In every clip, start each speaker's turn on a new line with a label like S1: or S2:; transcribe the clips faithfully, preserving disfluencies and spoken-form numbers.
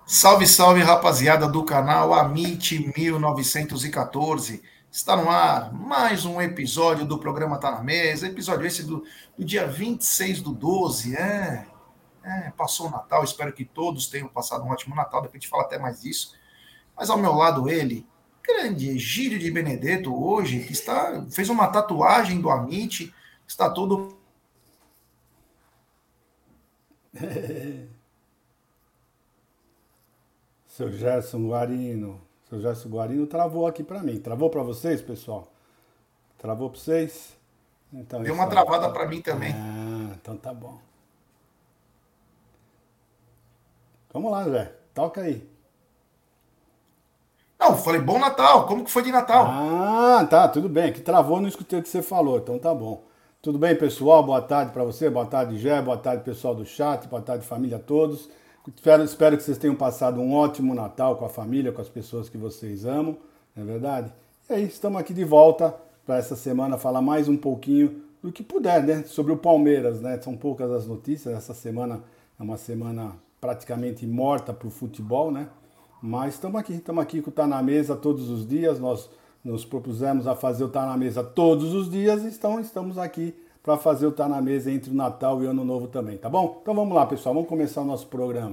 S1: Salve, salve, rapaziada do canal Amit mil novecentos e quatorze. Está no ar mais um episódio do programa Tá na Mesa. Episódio esse do, do dia vinte e seis do doze. É, é, passou o Natal. Espero que todos tenham passado um ótimo Natal. Depois a gente fala até mais disso. Mas ao meu lado, ele, grande Egídio de Benedetto, hoje, que está, fez uma tatuagem do Amit. Está todo.
S2: Seu Gerson Guarino. Seu Gerson Guarino travou aqui pra mim. Travou pra vocês, pessoal? Travou pra vocês? Então é
S1: Deu
S2: isso
S1: uma
S2: aí.
S1: travada para mim também.
S2: Ah, então tá bom. Vamos lá, Zé. Toca aí.
S1: Não, falei bom Natal. Como que foi de Natal?
S2: Ah, tá, tudo bem. Que travou, não escutei o que você falou, então tá bom. Tudo bem, pessoal? Boa tarde pra você, boa tarde, Gé, boa tarde, pessoal do chat, boa tarde, família todos. Espero, espero que vocês tenham passado um ótimo Natal com a família, com as pessoas que vocês amam, não é verdade? E aí, estamos aqui de volta para essa semana falar mais um pouquinho do que puder, né? Sobre o Palmeiras, né? São poucas as notícias, essa semana é uma semana praticamente morta para o futebol, né? Mas estamos aqui, estamos aqui com o Tá na Mesa todos os dias. Nós nos propusemos a fazer o Tá na Mesa todos os dias, então estamos aqui para fazer o Tá na Mesa entre o Natal e o Ano Novo também, tá bom? Então vamos lá, pessoal, vamos começar o nosso programa.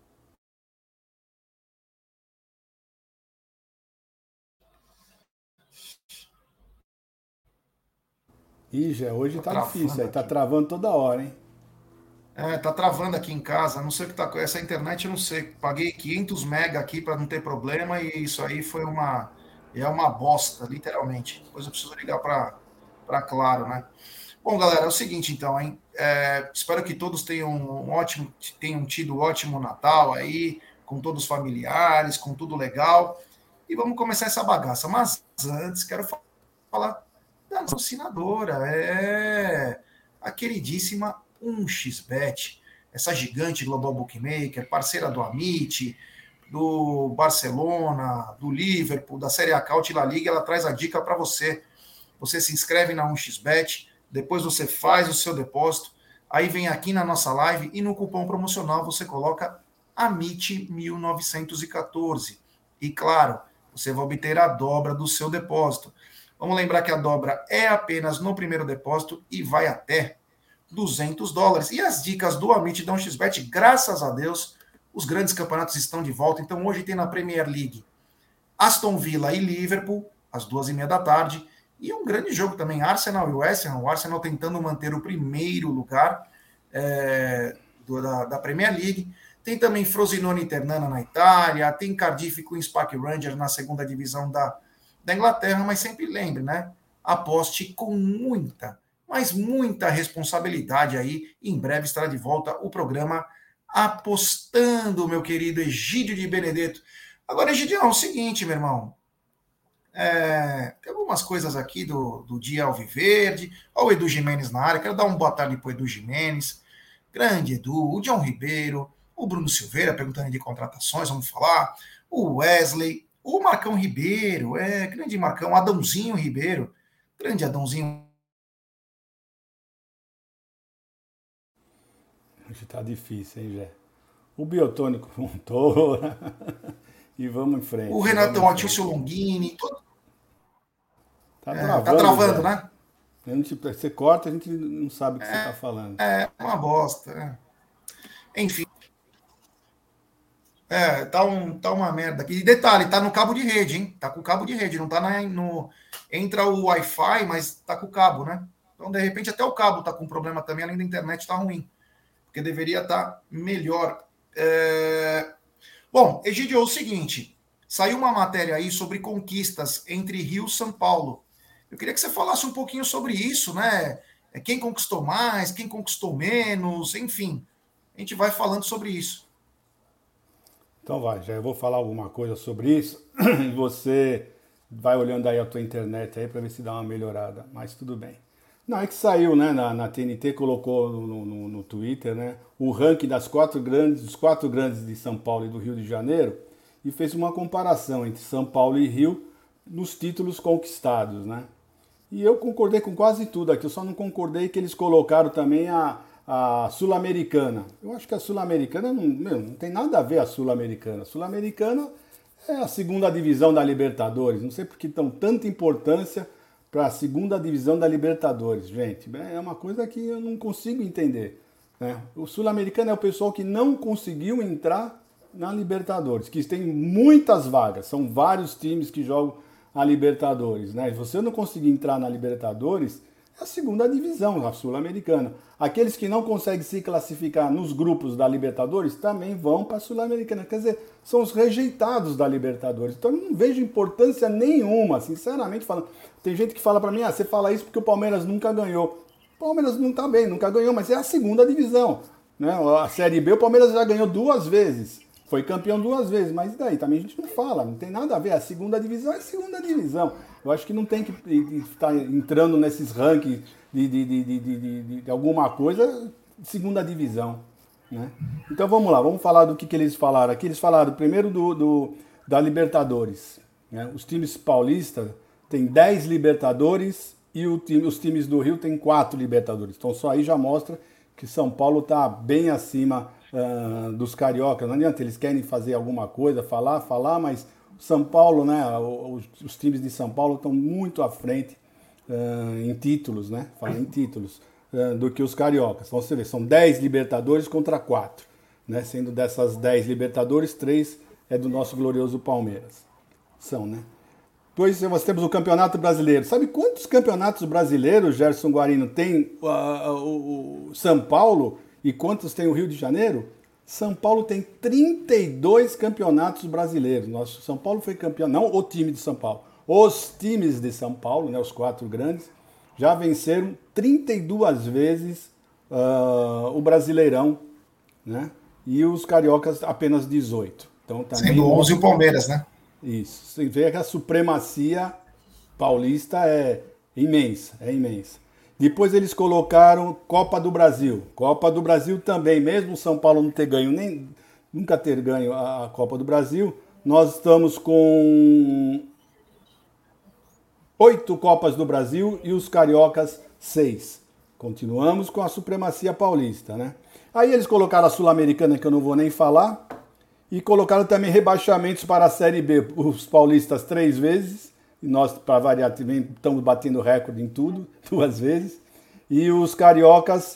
S2: Ih, já hoje
S1: Tá
S2: tá difícil
S1: travando
S2: aí, tá
S1: aqui.
S2: travando toda hora, hein?
S1: É, tá travando aqui em casa, não sei o que tá com essa internet, eu não sei. Paguei quinhentos mega aqui para não ter problema e isso aí foi uma é uma bosta, literalmente. Depois eu preciso ligar para para Claro, né? Bom, galera, é o seguinte então, hein? É, espero que todos tenham um ótimo tenham tido um ótimo Natal aí, com todos os familiares, com tudo legal. E vamos começar essa bagaça. Mas antes quero falar da patrocinadora, é a queridíssima um x bet, essa gigante global bookmaker, parceira do Amit, do Barcelona, do Liverpool, da Série A Caut La Liga, ela traz a dica para você. Você se inscreve na um x bet, depois você faz o seu depósito, aí vem aqui na nossa live e no cupom promocional você coloca Amit mil novecentos e quatorze. E claro, você vai obter a dobra do seu depósito. Vamos lembrar que a dobra é apenas no primeiro depósito e vai até duzentos dólares. E as dicas do Amit da um x bet, graças a Deus, os grandes campeonatos estão de volta. Então hoje tem na Premier League Aston Villa e Liverpool, às duas e meia da tarde. E um grande jogo também, Arsenal e West Ham. O Arsenal tentando manter o primeiro lugar é, do, da, da Premier League. Tem também Frosinone e Ternana na Itália. Tem Cardiff e Queen's Park Rangers na segunda divisão da, da Inglaterra. Mas sempre lembre, né? Aposte com muita, mas muita responsabilidade aí. Em breve estará de volta o programa Apostando, meu querido Egídio de Benedetto. Agora, Egidião, é o seguinte, meu irmão. É, tem algumas coisas aqui do, do dia Alviverde. Olha o Edu Jimenez na área. Quero dar uma boa tarde para o Edu Jimenez. Grande Edu, o John Ribeiro, o Bruno Silveira perguntando de contratações, vamos falar. O Wesley, o Marcão Ribeiro, é, grande Marcão, Adãozinho Ribeiro. Grande Adãozinho.
S2: Hoje tá difícil, hein, Jé? O biotônico montou. E vamos em
S1: O
S2: frente, e vamos em
S1: Renatão
S2: frente.
S1: Atício Longini. Todo,
S2: Tá
S1: é, tá
S2: travando,
S1: travando,
S2: Jé.
S1: né?
S2: A gente, você corta, a gente não sabe o que você tá falando.
S1: É uma bosta. É. Enfim. É, tá, um, tá uma merda aqui. E detalhe, tá no cabo de rede, hein? Tá com cabo de rede, não tá na, no. Entra o Wi-Fi, mas tá com o cabo, né? Então, de repente, até o cabo tá com problema também, além da internet tá ruim. Porque deveria estar tá melhor. É... Bom, Egidio, é o seguinte: saiu uma matéria aí sobre conquistas entre Rio e São Paulo. Eu queria que você falasse um pouquinho sobre isso, né? Quem conquistou mais, quem conquistou menos, enfim. A gente vai falando sobre isso.
S2: Então vai, já eu vou falar alguma coisa sobre isso e você vai olhando aí a tua internet aí para ver se dá uma melhorada, mas tudo bem. Não, é que saiu, né, na, na T N T, colocou no, no, no Twitter, né, o ranking das quatro grandes, dos quatro grandes de São Paulo e do Rio de Janeiro e fez uma comparação entre São Paulo e Rio nos títulos conquistados, né? E eu concordei com quase tudo aqui, eu só não concordei que eles colocaram também a, a, a Sul-Americana. Eu acho que a Sul-Americana não, meu, não tem nada a ver a Sul-Americana. A Sul-Americana é a segunda divisão da Libertadores. Não sei por que dão tanta importância para a segunda divisão da Libertadores, gente. É uma coisa que eu não consigo entender, né? O Sul-Americano é o pessoal que não conseguiu entrar na Libertadores, que tem muitas vagas. São vários times que jogam a Libertadores, né? Se você não conseguir entrar na Libertadores, é a segunda divisão, a Sul-Americana. Aqueles que não conseguem se classificar nos grupos da Libertadores também vão para a Sul-Americana. Quer dizer, são os rejeitados da Libertadores. Então eu não vejo importância nenhuma, sinceramente falando. Tem gente que fala para mim, ah, você fala isso porque o Palmeiras nunca ganhou. O Palmeiras não está bem, nunca ganhou, mas é a segunda divisão, né? A Série B, o Palmeiras já ganhou duas vezes. Foi campeão duas vezes, mas e daí? Também a gente não fala, não tem nada a ver. A segunda divisão é a segunda divisão. Eu acho que não tem que estar entrando nesses rankings de, de, de, de, de, de alguma coisa, segunda divisão, né? Então vamos lá, vamos falar do que, que eles falaram aqui. Eles falaram primeiro do, do, da Libertadores, né? Os times paulistas têm dez Libertadores e o time, os times do Rio têm quatro Libertadores. Então só aí já mostra que São Paulo está bem acima uh, dos cariocas. Não adianta, eles querem fazer alguma coisa, falar, falar, mas São Paulo, né, os, os times de São Paulo estão muito à frente uh, em títulos, né, fala em títulos, uh, do que os cariocas. Então você vê, são dez Libertadores contra quatro, né, sendo dessas dez Libertadores, três é do nosso glorioso Palmeiras. São, né? Depois nós temos o Campeonato Brasileiro. Sabe quantos campeonatos brasileiros, Gerson Guarino, tem uh, o, o São Paulo e quantos tem o Rio de Janeiro? São Paulo tem trinta e dois campeonatos brasileiros. Nosso São Paulo foi campeão, não o time de São Paulo, os times de São Paulo, né, os quatro grandes, já venceram trinta e duas vezes uh, o Brasileirão, né? E os cariocas apenas dezoito. Então, também
S1: sendo onze o Palmeiras, né?
S2: Isso. Você vê que a supremacia paulista é imensa, é imensa. Depois eles colocaram Copa do Brasil. Copa do Brasil também, mesmo o São Paulo não ter ganho, nem nunca ter ganho a Copa do Brasil, nós estamos com oito Copas do Brasil e os cariocas seis. Continuamos com a supremacia paulista, né? Aí eles colocaram a Sul-Americana, que eu não vou nem falar, e colocaram também rebaixamentos para a Série B. Os paulistas três vezes, e nós, para variar, também estamos batendo recorde em tudo, duas vezes. E os cariocas,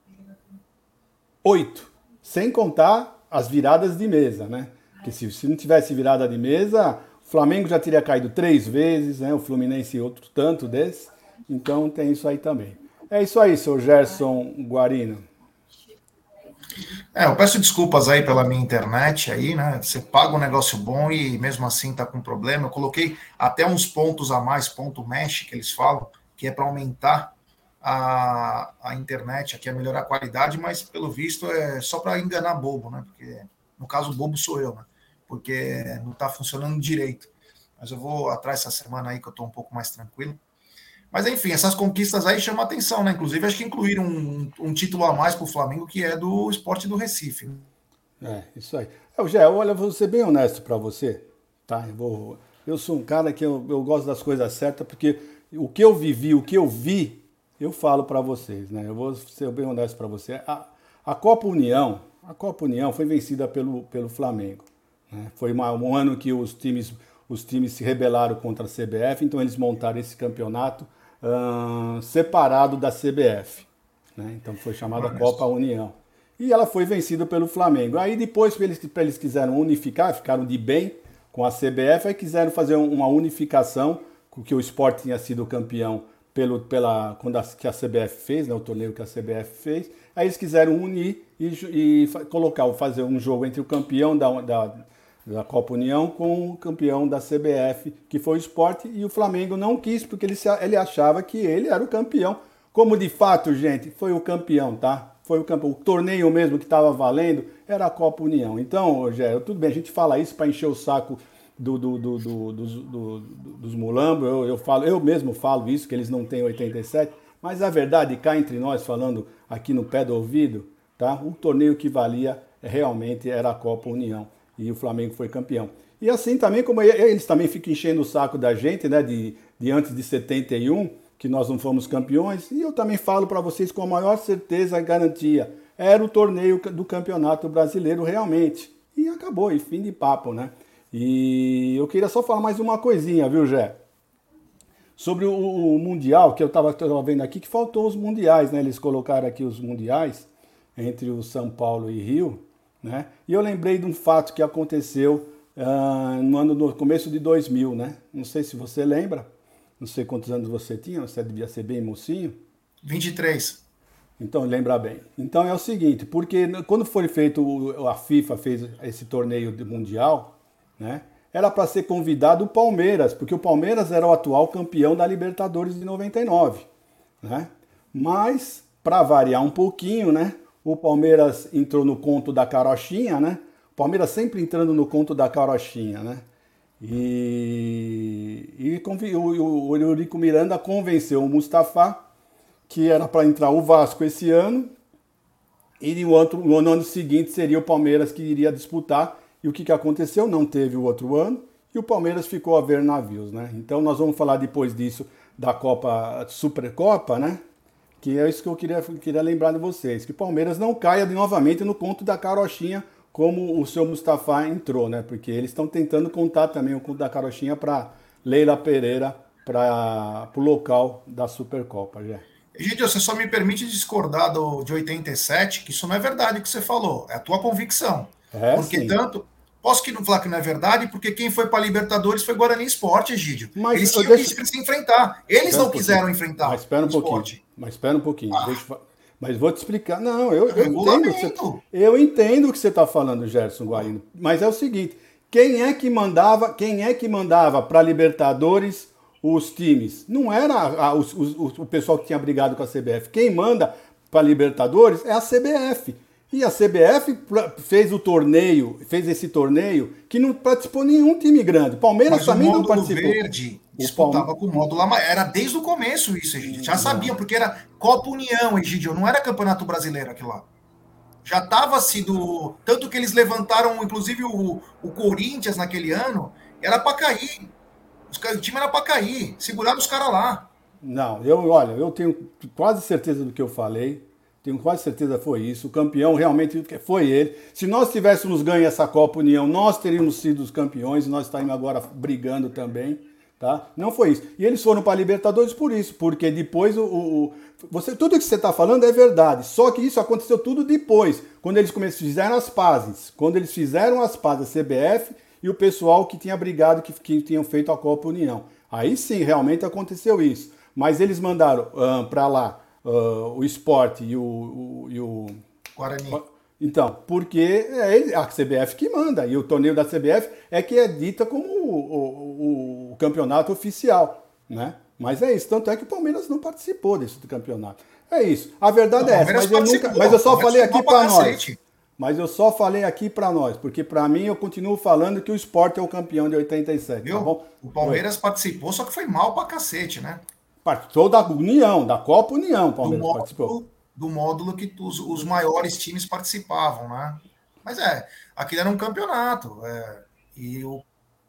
S2: oito. Sem contar as viradas de mesa, né? Porque se, se não tivesse virada de mesa, o Flamengo já teria caído três vezes, né? O Fluminense outro tanto desse. Então tem isso aí também. É isso aí, seu Gerson Guarino.
S1: É, eu peço desculpas aí pela minha internet aí, né? Você paga um negócio bom e mesmo assim tá com problema. Eu coloquei até uns pontos a mais, ponto mesh que eles falam, que é para aumentar a, a internet, aqui é melhorar a qualidade, mas pelo visto é só para enganar bobo, né? Porque no caso o bobo sou eu, né? Porque não tá funcionando direito. Mas eu vou atrás essa semana aí que eu tô um pouco mais tranquilo. Mas, enfim, essas conquistas aí chamam a atenção, né? Inclusive, acho que incluíram um, um título a mais para o Flamengo, que é do Sport do Recife.
S2: É, isso aí. É, Gé, olha, vou ser bem honesto para você, tá? Eu, vou, eu sou um cara que eu, eu gosto das coisas certas, porque o que eu vivi, o que eu vi, eu falo para vocês, né? Eu vou ser bem honesto para você. A, a Copa União, a Copa União foi vencida pelo, pelo Flamengo, né? Foi uma, um ano que os times, os times se rebelaram contra a C B F, então eles montaram esse campeonato Uh, separado da C B F, né? Então foi chamada Copa União. E ela foi vencida pelo Flamengo. Aí depois eles, eles quiseram unificar, ficaram de bem com a C B F, aí quiseram fazer uma unificação, porque o Sport tinha sido campeão pelo, pela, quando a, que a C B F fez, né? O torneio que a C B F fez. Aí eles quiseram unir e, e colocar, fazer um jogo entre o campeão da, da da Copa União com o campeão da C B F, que foi o Sport, e o Flamengo não quis, porque ele, ele achava que ele era o campeão. Como de fato, gente, foi o campeão, tá? Foi o campeão. O torneio mesmo que estava valendo era a Copa União. Então, Rogério, tudo bem, a gente fala isso para encher o saco do, do, do, do, do, do, dos mulambos. Eu, eu, falo, eu mesmo falo isso, que eles não têm oitenta e sete, mas a verdade, cá entre nós, falando aqui no pé do ouvido, tá? O torneio que valia realmente era a Copa União. E o Flamengo foi campeão. E assim também, como eles também ficam enchendo o saco da gente, né, de, de antes de setenta e um, que nós não fomos campeões, e eu também falo para vocês com a maior certeza e garantia, era o torneio do Campeonato Brasileiro realmente. E acabou, e fim de papo, né? E eu queria só falar mais uma coisinha, viu, Gé? Sobre o, o Mundial, que eu estava vendo aqui, que faltou os Mundiais, né? Eles colocaram aqui os Mundiais entre o São Paulo e Rio, né? E eu lembrei de um fato que aconteceu uh, no ano no começo de dois mil, né? Não sei se você lembra, não sei quantos anos você tinha, você devia ser bem mocinho.
S1: vinte e três.
S2: Então, lembra bem. Então é o seguinte, porque quando foi feito, a FIFA fez esse torneio mundial, né? Era para ser convidado o Palmeiras, porque o Palmeiras era o atual campeão da Libertadores de noventa e nove, né? Mas, para variar um pouquinho, né? O Palmeiras entrou no conto da carochinha, né? O Palmeiras sempre entrando no conto da carochinha, né? E, e o, o, o Eurico Miranda convenceu o Mustafa que era para entrar o Vasco esse ano, e no, outro, no ano seguinte seria o Palmeiras que iria disputar. E o que, que aconteceu? Não teve o outro ano, e o Palmeiras ficou a ver navios, né? Então nós vamos falar depois disso da Copa, Supercopa, né? Que é isso que eu queria, queria lembrar de vocês, que o Palmeiras não caia de novamente no conto da carochinha, como o seu Mustafa entrou, né? Porque eles estão tentando contar também o conto da carochinha para Leila Pereira, para o local da Supercopa, já.
S1: Egidio, você só me permite discordar do, de oitenta e sete, que isso não é verdade o que você falou, é a tua convicção.
S2: É,
S1: porque
S2: sim.
S1: tanto... Posso que não falar que não é verdade, porque quem foi para a Libertadores foi Guarani Esporte, Egídio.
S2: Mas
S1: eles tinham
S2: deixo...
S1: que se enfrentar. Eles
S2: espera
S1: não
S2: um
S1: quiseram enfrentar.
S2: Mas espera um pouquinho.
S1: Esporte.
S2: Mas espera um pouquinho.
S1: Ah.
S2: Deixa... Mas vou te explicar. Não, eu, eu
S1: Regulamento.
S2: entendo. Você... Eu entendo o que você está falando, Gerson Guarino. Mas é o seguinte: quem é que mandava? Quem é que mandava para Libertadores os times? Não era a, os, os, o pessoal que tinha brigado com a C B F. Quem manda para Libertadores é a C B F. E a C B F fez o torneio, fez esse torneio que não participou nenhum time grande. Palmeiras
S1: Mas
S2: também
S1: o
S2: não participou.
S1: Verde disputava Palme... com o módulo amarelo. Era desde o começo isso, Egidio. Já sabiam, porque era Copa União, Egidio. Não era Campeonato Brasileiro aquilo lá. Já estava sido... Tanto que eles levantaram, inclusive, o, o Corinthians naquele ano. Era para cair. Os, o time era para cair. Seguraram os caras lá.
S2: Não, eu, olha, eu tenho quase certeza do que eu falei. Tenho quase certeza que foi isso. O campeão realmente foi ele. Se nós tivéssemos ganho essa Copa União, nós teríamos sido os campeões. Nós estaremos agora brigando também. Tá? Não foi isso. E eles foram para a Libertadores por isso. Porque depois, o, o, você, tudo que você está falando é verdade. Só que isso aconteceu tudo depois. Quando eles começaram, fizeram as pazes. Quando eles fizeram as pazes, a C B F e o pessoal que tinha brigado, que, que tinham feito a Copa União. Aí sim, realmente aconteceu isso. Mas eles mandaram um, para lá Uh, o Sport e o, o, e o...
S1: Guarani.
S2: Então, porque é a C B F que manda, e o torneio da C B F é que é dita como o, o, o campeonato oficial, né? Mas é isso, tanto é que o Palmeiras não participou desse campeonato. É isso, a verdade não, é essa, mas eu, nunca, mas eu só falei aqui para nós. Mas eu só falei aqui para nós, porque para mim eu continuo falando que o Sport é o campeão de oitenta e sete,
S1: Viu?
S2: Tá bom?
S1: O Palmeiras Foi. participou, só que foi mal pra cacete, né?
S2: Participou da União, da Copa União, o Palmeiras
S1: do módulo,
S2: participou.
S1: Do módulo que os, os maiores times participavam, né? Mas é, aquilo era um campeonato. É, e o.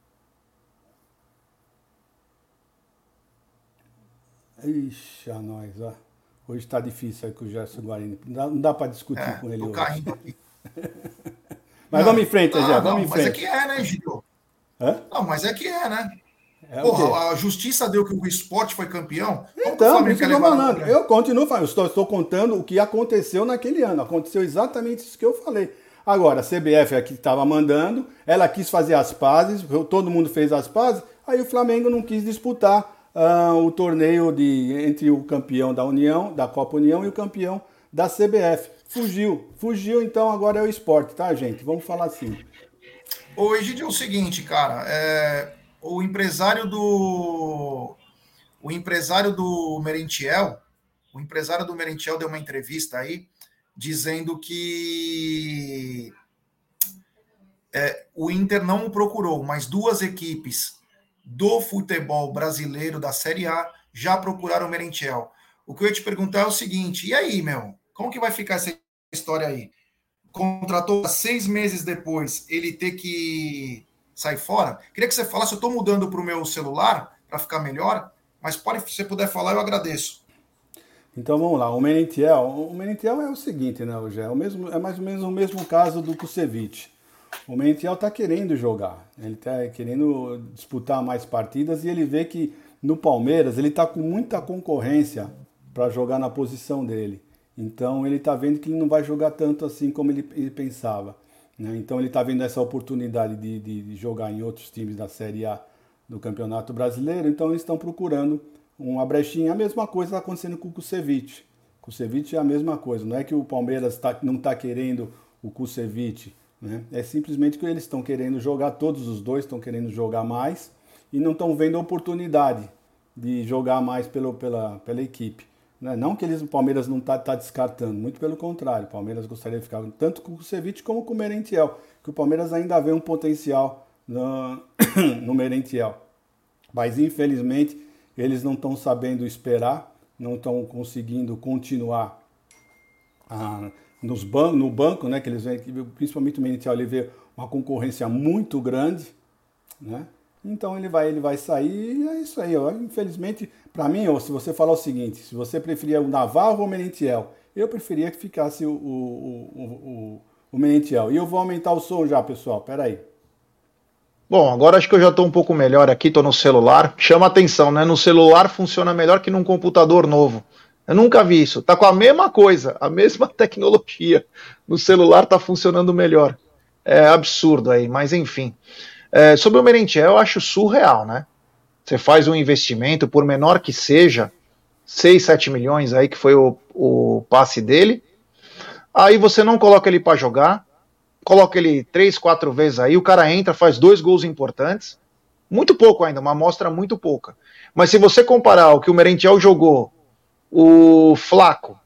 S2: Ixi, a nós, ó. Hoje tá difícil aí com o Gerson Guarino. Não dá, não dá para discutir
S1: é,
S2: com ele hoje.
S1: Aqui.
S2: Mas não, vamos em frente,
S1: ah,
S2: já,
S1: vamos
S2: não,
S1: em frente. Mas é que é, né, Gil? Não, mas é que é, né?
S2: É
S1: Porra, a justiça deu que o Sport foi campeão.
S2: Então, por isso que eu tô falando. Eu continuo falando, eu estou, estou contando o que aconteceu naquele ano. Aconteceu exatamente isso que eu falei. Agora, a C B F aqui estava mandando, ela quis fazer as pazes, todo mundo fez as pazes, aí o Flamengo não quis disputar uh, o torneio de, entre o campeão da União, da Copa União, e o campeão da C B F. Fugiu. Fugiu, então agora é o Sport, tá, gente? Vamos falar assim.
S1: Ô, Egidio, é o seguinte, cara, é... o empresário do o empresário do Merentiel, o empresário do Merentiel deu uma entrevista aí dizendo que é, o Inter não o procurou, mas duas equipes do futebol brasileiro da Série A já procuraram o Merentiel. O que eu ia te perguntar é o seguinte: e aí, meu? Como que vai ficar essa história aí? Contratou seis meses depois, ele ter que sair fora? Queria que você falasse, eu estou mudando para o meu celular para ficar melhor, Mas pode, se você puder falar, eu agradeço.
S2: Então vamos lá, o Merentiel, o Merentiel é o seguinte, né, Gé? É, o mesmo, é mais ou menos o mesmo caso do Kusevich. O Merentiel está querendo jogar, ele está querendo disputar mais partidas e ele vê que no Palmeiras ele está com muita concorrência para jogar na posição dele. Então ele está vendo que ele não vai jogar tanto assim como ele, ele pensava. Né? Então ele está vendo essa oportunidade de, de, de jogar em outros times da Série A do Campeonato Brasileiro, então eles estão procurando uma brechinha. A mesma coisa está acontecendo com o Kusevich. O Kusevich é a mesma coisa, não é que o Palmeiras tá, não está querendo o Kusevich, né? É simplesmente que eles estão querendo jogar, todos os dois estão querendo jogar mais e não estão vendo a oportunidade de jogar mais pelo, pela, pela equipe. Né? Não que eles, o Palmeiras não está tá descartando, muito pelo contrário, o Palmeiras gostaria de ficar tanto com o Kusevich como com o Merentiel, que o Palmeiras ainda vê um potencial no, no Merentiel. Mas infelizmente eles não estão sabendo esperar, não estão conseguindo continuar ah, nos ban no banco, né, que eles veem, principalmente o Merentiel, ele vê uma concorrência muito grande, né? Então ele vai, ele vai sair e é isso aí. Ó. Infelizmente, para mim, ó, se você falar o seguinte, se você preferia o Navarro ou o Merentiel, eu preferia que ficasse o, o, o, o, o Merentiel. E eu vou aumentar o som já, pessoal, peraí.
S3: Bom, agora acho que eu já estou um pouco melhor aqui, estou no celular. Chama atenção, né? No celular funciona melhor que num computador novo. Eu nunca vi isso. Tá com a mesma coisa, a mesma tecnologia. No celular tá funcionando melhor. É absurdo aí, mas enfim. É, sobre o Merentiel, eu acho surreal, né? Você faz um investimento, por menor que seja, seis, sete milhões aí, que foi o, o passe dele. Aí você não coloca ele para jogar, coloca ele três, quatro vezes aí, o cara entra, faz dois gols importantes. Muito pouco ainda, uma amostra muito pouca. Mas se você comparar o que o Merentiel jogou, o Flaco,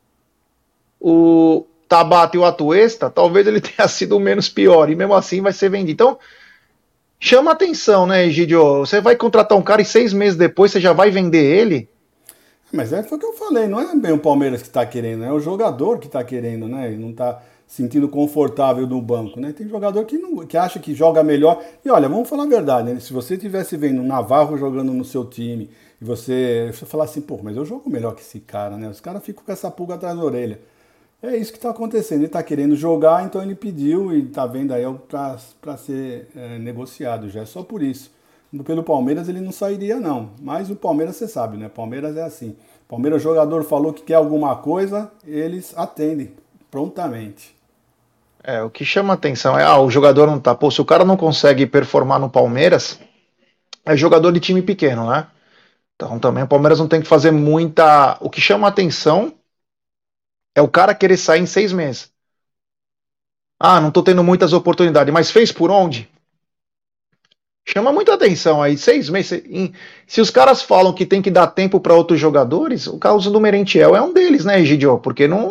S3: o Tabata e o Atuesta, talvez ele tenha sido o menos pior, e mesmo assim vai ser vendido. Então, chama atenção, né, Egidio? Você vai contratar um cara e seis meses depois você já vai vender ele?
S2: Mas é foi o que eu falei, não é bem o Palmeiras que está querendo, é o jogador que está querendo, né? Ele não está sentindo confortável no banco, né? Tem jogador que, não, que acha que joga melhor. E olha, vamos falar a verdade, né? Se você estivesse vendo o Navarro jogando no seu time e você, você falar assim, pô, mas eu jogo melhor que esse cara, né? Os caras ficam com essa pulga atrás da orelha. É isso que está acontecendo. Ele está querendo jogar, então ele pediu e está vendo aí para ser é, negociado. Já é só por isso. Pelo Palmeiras ele não sairia não. Mas o Palmeiras você sabe, né? Palmeiras é assim. Palmeiras, o jogador falou que quer alguma coisa, eles atendem prontamente.
S3: É, o que chama atenção é, ah, o jogador não tá. Pô, se o cara não consegue performar no Palmeiras, é jogador de time pequeno, né? Então também o Palmeiras não tem que fazer muita. O que chama atenção é o cara querer sair em seis meses. Ah, não tô tendo muitas oportunidades, mas fez por onde? Chama muita atenção aí. Seis meses. Se os caras falam que tem que dar tempo para outros jogadores, o caso do Merentiel é um deles, né, Egidio? Porque não,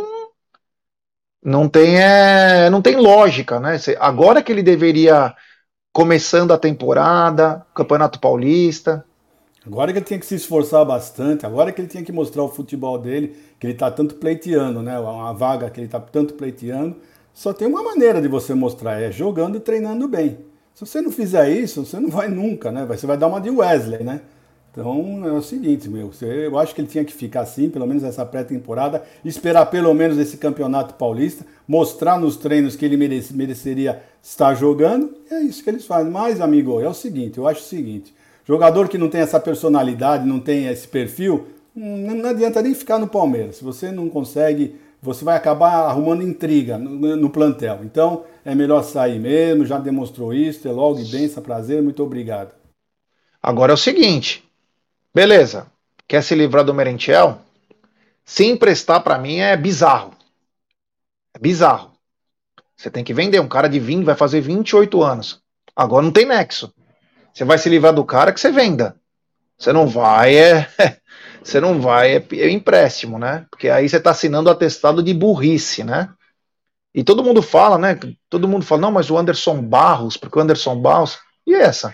S3: não, tem, é, não tem lógica, né? Agora que ele deveria, começando a temporada, Campeonato Paulista.
S2: Agora que ele tinha que se esforçar bastante, agora que ele tinha que mostrar o futebol dele, que ele está tanto pleiteando, né? Uma vaga que ele está tanto pleiteando. Só tem uma maneira de você mostrar, é jogando e treinando bem. Se você não fizer isso, você não vai nunca, né? Você vai dar uma de Wesley, né? Então é o seguinte, meu, você, eu acho que ele tinha que ficar assim, pelo menos essa pré-temporada, esperar pelo menos esse Campeonato Paulista, mostrar nos treinos que ele merece, mereceria estar jogando, e é isso que eles fazem. Mas, amigo, é o seguinte, eu acho o seguinte, jogador que não tem essa personalidade, não tem esse perfil, não, não adianta nem ficar no Palmeiras. Se você não consegue, você vai acabar arrumando intriga no, no plantel. Então, é melhor sair mesmo, já demonstrou isso, ter logo e benção, prazer, muito obrigado.
S3: Agora é o seguinte, beleza, quer se livrar do Merentiel? Se emprestar para mim é bizarro. É bizarro. Você tem que vender um cara de vinte, vai fazer vinte e oito anos. Agora não tem nexo. Você vai se livrar do cara que você venda. Você não vai, é... Você não vai, é, é empréstimo, né? Porque aí você está assinando o atestado de burrice, né? E todo mundo fala, né? Todo mundo fala, não, mas o Anderson Barros, porque o Anderson Barros... E essa?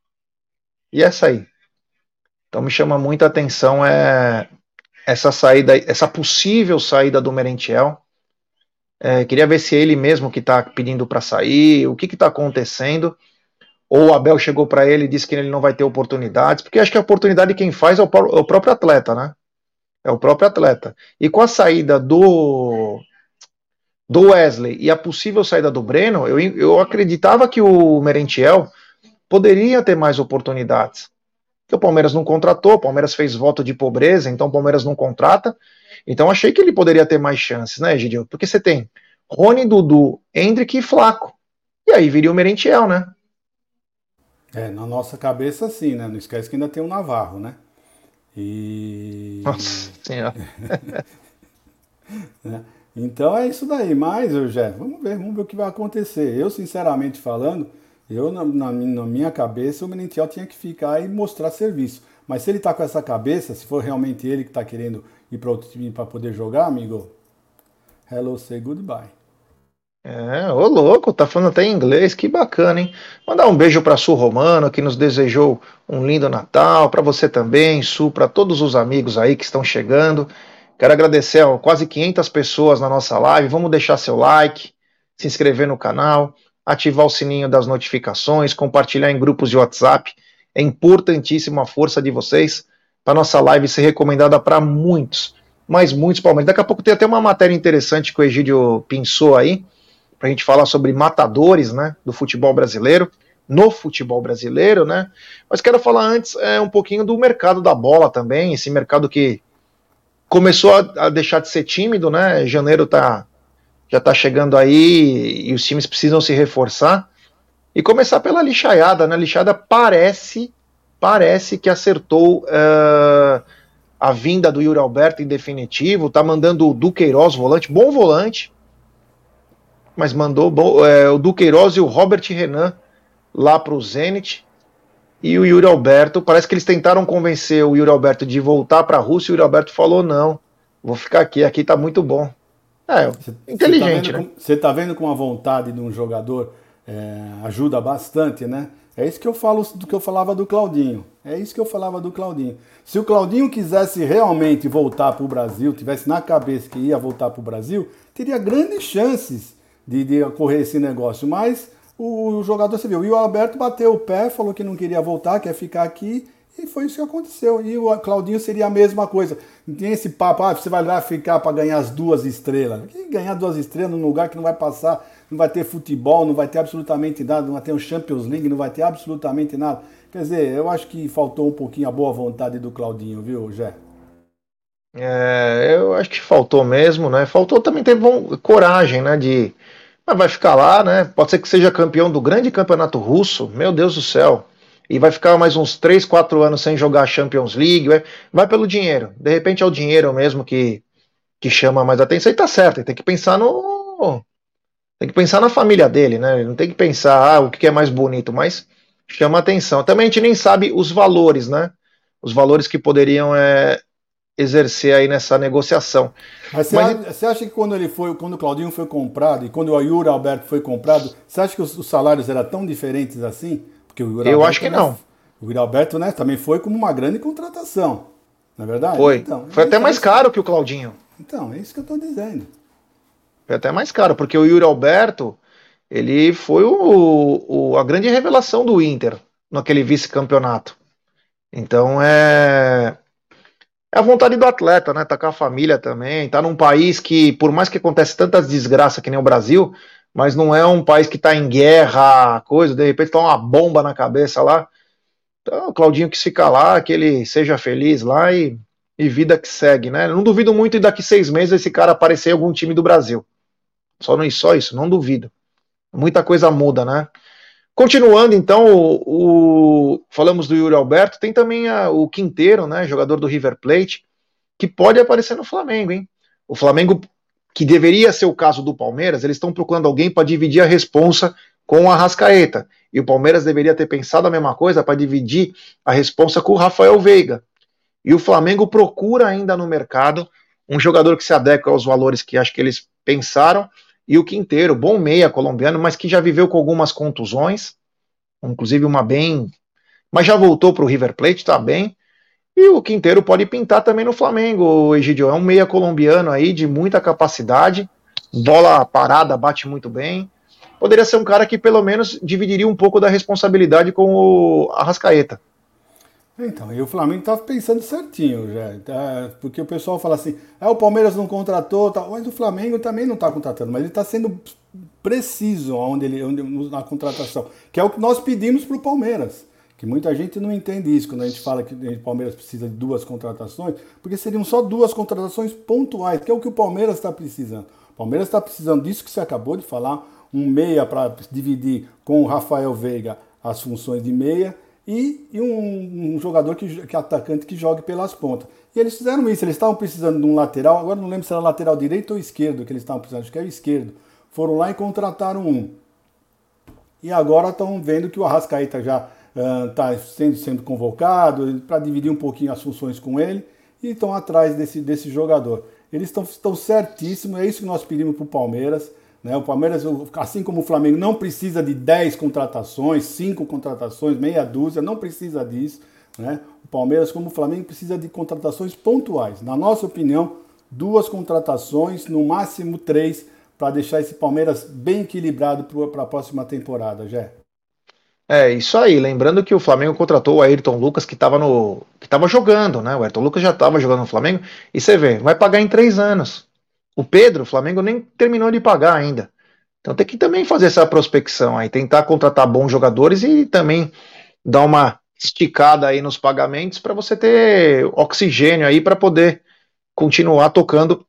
S3: E essa aí? Então me chama muita atenção é, essa saída, essa possível saída do Merentiel. É, queria ver se é ele mesmo que está pedindo para sair, o que está acontecendo. ou o Abel chegou para ele e disse que ele não vai ter oportunidades, porque acho que a oportunidade quem faz é o, pró- é o próprio atleta, né? É o próprio atleta. E com a saída do, do Wesley e a possível saída do Breno, eu, eu acreditava que o Merentiel poderia ter mais oportunidades. Porque o Palmeiras não contratou, o Palmeiras fez voto de pobreza, então o Palmeiras não contrata. Então achei que ele poderia ter mais chances, né, Egidio? Porque você tem Rony, Dudu, Hendrick e Flaco. E aí viria o Merentiel, né?
S2: É, na nossa cabeça sim, né? Não esquece que ainda tem o Navarro, né? E.
S3: Nossa senhora.
S2: Né? Então é isso daí, mas, Eugênio, vamos ver, vamos ver o que vai acontecer. Eu, sinceramente falando, eu na, na, na minha cabeça, o Merentiel tinha que ficar e mostrar serviço. Mas se ele tá com essa cabeça, se for realmente ele que tá querendo ir para outro time para poder jogar, amigo, hello, say goodbye.
S3: É, ô louco, tá falando até em inglês, que bacana, hein? Mandar um beijo pra Su Romano, que nos desejou um lindo Natal, pra você também, Su, pra todos os amigos aí que estão chegando. Quero agradecer a quase quinhentas pessoas na nossa live. Vamos deixar seu like, se inscrever no canal, ativar o sininho das notificações, compartilhar em grupos de WhatsApp. É importantíssima a força de vocês para nossa live ser recomendada para muitos, mas muitos palmeiras. Daqui a pouco tem até uma matéria interessante que o Egídio pensou aí, para a gente falar sobre matadores, né, do futebol brasileiro, no futebol brasileiro, né, mas quero falar antes é, um pouquinho do mercado da bola também, esse mercado que começou a, a deixar de ser tímido, né, janeiro tá, já está chegando aí e os times precisam se reforçar, e começar pela lixaiada, né, a lixaiada parece, parece que acertou uh, a vinda do Yuri Alberto em definitivo, tá mandando o Duqueiroz, volante, bom volante, mas mandou bom, é, o Duqueiroz e o Robert Renan lá para o Zenit, e o Yuri Alberto, parece que eles tentaram convencer o Yuri Alberto de voltar para a Rússia, e o Yuri Alberto falou, não, vou ficar aqui, aqui tá muito bom. É, cê, inteligente,
S2: cê tá
S3: né?
S2: Você tá vendo com a vontade de um jogador é, ajuda bastante, né? É isso que eu falo do que eu falava do Claudinho. É isso que eu falava do Claudinho. Se o Claudinho quisesse realmente voltar para o Brasil, tivesse na cabeça que ia voltar para o Brasil, teria grandes chances de, de ocorrer esse negócio, mas o, o jogador, você viu, e o Alberto bateu o pé, falou que não queria voltar, quer ficar aqui, e foi isso que aconteceu. E o Claudinho seria a mesma coisa. Não tem esse papo, ah, você vai lá ficar para ganhar as duas estrelas. Quem ganhar duas estrelas num lugar que não vai passar, não vai ter futebol, não vai ter absolutamente nada, não vai ter um Champions League, não vai ter absolutamente nada. Quer dizer, eu acho que faltou um pouquinho a boa vontade do Claudinho, viu, Jé?
S3: É, eu acho que faltou mesmo, né? Faltou também ter bom, coragem, né? De, mas vai ficar lá, né? Pode ser que seja campeão do grande campeonato russo, meu Deus do céu. E vai ficar mais uns três, quatro anos sem jogar Champions League. Vai, vai pelo dinheiro. De repente é o dinheiro mesmo que, que chama mais atenção. E tá certo, ele tem que pensar no. Tem que pensar na família dele, né? Ele não tem que pensar ah, o que é mais bonito, mas chama atenção. Também a gente nem sabe os valores, né? Os valores que poderiam é, exercer aí nessa negociação.
S2: Mas você,
S3: Mas
S2: acha, você acha que quando ele foi, quando o Claudinho foi comprado e quando o Yuri Alberto foi comprado, você acha que os, os salários eram tão diferentes assim? Porque o Yuri
S3: eu
S2: Alberto
S3: acho que
S2: também,
S3: não.
S2: O Yuri Alberto, né, também foi como uma grande contratação, não é verdade?
S3: Foi.
S2: Então,
S3: foi
S2: é,
S3: até
S2: é
S3: mais
S2: isso,
S3: caro que o Claudinho.
S2: Então, é isso que eu estou dizendo.
S3: Foi até mais caro, porque o Yuri Alberto, ele foi o, o, a grande revelação do Inter naquele vice-campeonato. Então é, é a vontade do atleta, né? Tá com a família também, tá num país que, por mais que acontece tantas desgraças que nem o Brasil, mas não é um país que tá em guerra, coisa, de repente tá uma bomba na cabeça lá. Então, o Claudinho que fica lá, que ele seja feliz lá e, e vida que segue, né? Não duvido muito e daqui seis meses esse cara aparecer em algum time do Brasil. Só, não, só isso, não duvido. Muita coisa muda, né? Continuando, então, o, o, falamos do Yuri Alberto, tem também a, o Quinteiro, né, jogador do River Plate, que pode aparecer no Flamengo, hein? O Flamengo, que deveria ser o caso do Palmeiras, eles estão procurando alguém para dividir a responsa com o Arrascaeta. E o Palmeiras deveria ter pensado a mesma coisa para dividir a responsa com o Rafael Veiga. E o Flamengo procura ainda no mercado um jogador que se adequa aos valores que acho que eles pensaram, e o Quinteiro, bom meia colombiano, mas que já viveu com algumas contusões, inclusive uma bem... mas já voltou para o River Plate, tá bem. E o Quinteiro pode pintar também no Flamengo, Egidio. É um meia colombiano aí de muita capacidade, bola parada, bate muito bem. poderia ser um cara que pelo menos dividiria um pouco da responsabilidade com o Arrascaeta.
S2: Então, e o Flamengo estava pensando certinho já, tá? Porque o pessoal fala assim, ah, o Palmeiras não contratou, tá, mas o Flamengo também não está contratando, mas ele está sendo preciso onde ele, onde, na contratação, que é o que nós pedimos para o Palmeiras, que muita gente não entende isso, quando a gente fala que o Palmeiras precisa de duas contratações, porque seriam só duas contratações pontuais, que é o que o Palmeiras está precisando. O Palmeiras está precisando disso que você acabou de falar, um meia para dividir com o Rafael Veiga as funções de meia, E, e um, um jogador que, que é atacante que jogue pelas pontas. E eles fizeram isso, eles estavam precisando de um lateral, agora não lembro se era lateral direito ou esquerdo que eles estavam precisando, acho que era esquerdo. Foram lá e contrataram um. E agora estão vendo que o Arrascaeta já está uh, sendo, sendo convocado para dividir um pouquinho as funções com ele e estão atrás desse, desse jogador. Eles estão certíssimos, é isso que nós pedimos para o Palmeiras. Né? O Palmeiras, assim como o Flamengo, não precisa de dez contratações, cinco contratações, meia dúzia, não precisa disso. Né? O Palmeiras, como o Flamengo, precisa de contratações pontuais. Na nossa opinião, duas contratações, no máximo três, para deixar esse Palmeiras bem equilibrado para a próxima temporada, Jé.
S3: É, isso aí. Lembrando que o Flamengo contratou o Ayrton Lucas, que estava no, que estava jogando, né? O Ayrton Lucas já estava jogando no Flamengo. E você vê, vai pagar em três anos. O Pedro, o Flamengo nem terminou de pagar ainda. Então tem que também fazer essa prospecção aí, tentar contratar bons jogadores e também dar uma esticada aí nos pagamentos para você ter oxigênio aí para poder continuar tocando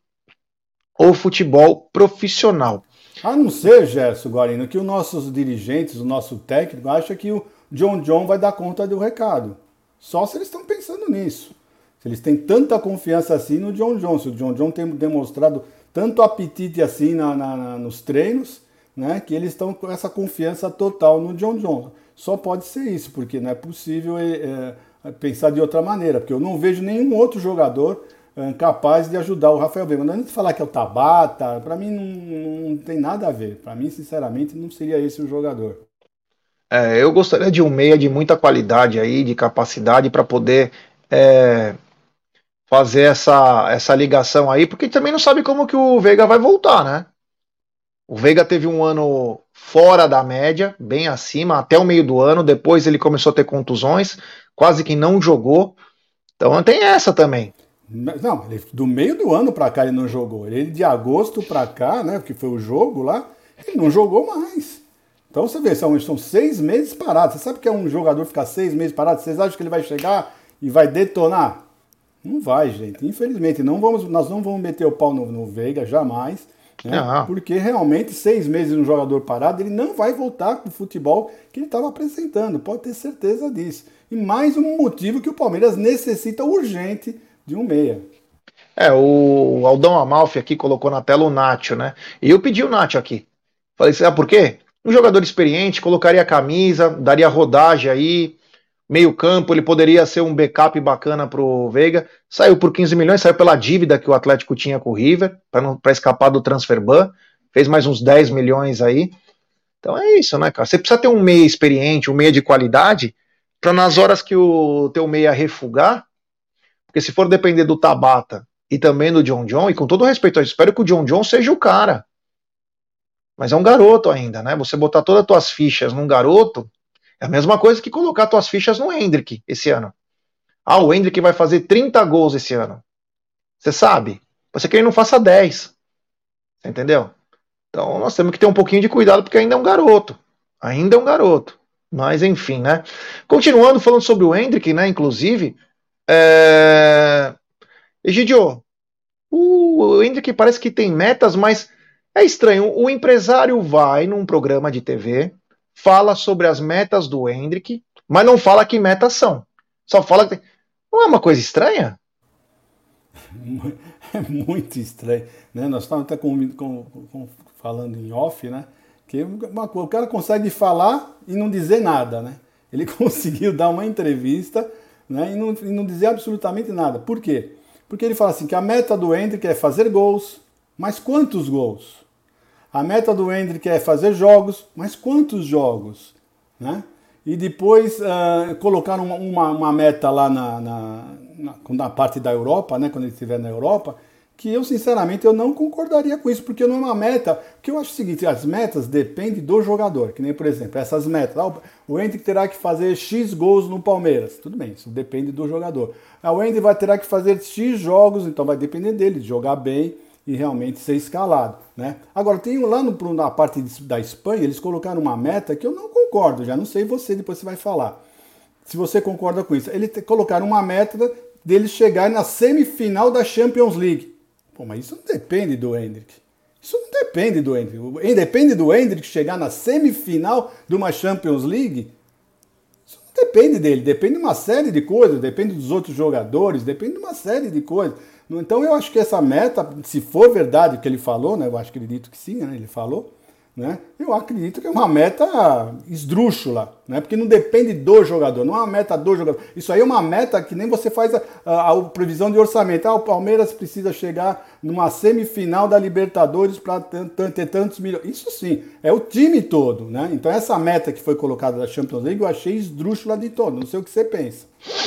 S3: o futebol profissional.
S2: A não ser, Gerson Guarino, que os nossos dirigentes, o nosso técnico, acha que o John John vai dar conta do recado. Só se eles estão pensando nisso. Se eles têm tanta confiança assim no John John, se o John John tem demonstrado tanto apetite assim na, na, na, nos treinos, né, que eles estão com essa confiança total no John John. Só pode ser isso, porque não é possível é, é, pensar de outra maneira, porque eu não vejo nenhum outro jogador é, capaz de ajudar o Rafael Veiga. Não adianta falar que é o Tabata, para mim não, não tem nada a ver. Para mim, sinceramente, não seria esse o jogador.
S3: É, eu gostaria de um meia de muita qualidade aí, de capacidade para poder... É... fazer essa, essa ligação aí, porque também não sabe como que o Veiga vai voltar, né? O Veiga teve um ano fora da média, bem acima, até o meio do ano, depois ele começou a ter contusões, quase que não jogou, então tem essa também.
S2: Não, ele, do meio do ano pra cá ele não jogou, ele de agosto pra cá, né, que foi o jogo lá, ele não jogou mais. Então você vê, são, são seis meses parados, você sabe que é um jogador ficar seis meses parado, vocês acham que ele vai chegar e vai detonar? Não vai, gente. Infelizmente, não vamos, nós não vamos meter o pau no, no Veiga, jamais. Né? Porque realmente, seis meses um jogador parado, ele não vai voltar com o futebol que ele estava apresentando. Pode ter certeza disso. E mais um motivo que o Palmeiras necessita urgente de um meia.
S3: É, o Aldão Amalfi aqui colocou na tela o Nacho, né? E eu pedi o Nacho aqui. Falei, sabe por quê? Um jogador experiente, colocaria a camisa, daria rodagem aí, meio campo, ele poderia ser um backup bacana pro Veiga, saiu por quinze milhões, saiu pela dívida que o Atlético tinha com o River, para escapar do transfer ban, fez mais uns dez milhões aí, então é isso, né, cara, você precisa ter um meia experiente, um meia de qualidade, para nas horas que o teu meia refugar, porque se for depender do Tabata e também do John John, e com todo respeito, eu espero que o John John seja o cara, mas é um garoto ainda, né, você botar todas as tuas fichas num garoto, é a mesma coisa que colocar tuas fichas no Hendrick esse ano. Ah, o Hendrick vai fazer trinta gols esse ano. Você sabe? Você quer que ele não faça dez. Você entendeu? Então nós temos que ter um pouquinho de cuidado porque ainda é um garoto. Ainda é um garoto. Mas enfim, né? Continuando falando sobre o Hendrick, né? Inclusive, é... Egidio, o Hendrick parece que tem metas, mas é estranho. O empresário vai num programa de T V, fala sobre as metas do Hendrick, mas não fala que metas são. Só fala que... Não é uma coisa estranha?
S2: É muito estranho. Né? Nós estávamos até com, com, com, falando em off, né? Que uma, o cara consegue falar e não dizer nada, né? Ele conseguiu dar uma entrevista, né? e, não, e não dizer absolutamente nada. Por quê? Porque ele fala assim que a meta do Hendrick é fazer gols, mas quantos gols? A meta do Hendrick é fazer jogos, mas quantos jogos? Né? E depois uh, colocaram uma, uma, uma meta lá na, na, na, na parte da Europa, né, quando ele estiver na Europa, que eu, sinceramente, eu não concordaria com isso, porque não é uma meta. Porque eu acho o seguinte, as metas dependem do jogador, que nem, por exemplo, essas metas. Ah, o Endrick terá que fazer X gols no Palmeiras. Tudo bem, isso depende do jogador. Ah, o Endrick vai terá que fazer X jogos, então vai depender dele, de jogar bem e realmente ser escalado, né? Agora, tem lá no, na parte da Espanha, eles colocaram uma meta que eu não concordo, já não sei você, depois você vai falar. Se você concorda com isso. Eles colocaram uma meta deles chegarem na semifinal da Champions League. Pô, mas isso não depende do Endrick. Isso não depende do Endrick. Depende do Endrick chegar na semifinal de uma Champions League? Isso não depende dele. Depende de uma série de coisas. Depende dos outros jogadores. Depende de uma série de coisas. Então eu acho que essa meta, se for verdade o que ele falou, né? Eu acho que acredito que sim, né? Ele falou. Né? Eu acredito que é uma meta esdrúxula, né? Porque não depende do jogador, não é uma meta do jogador. Isso aí é uma meta que nem você faz a, a, a previsão de orçamento. Ah, o Palmeiras precisa chegar numa semifinal da Libertadores para ter tantos milhões. Isso sim, é o time todo, né? Então essa meta que foi colocada da Champions League eu achei esdrúxula de todo. Não sei o que você pensa.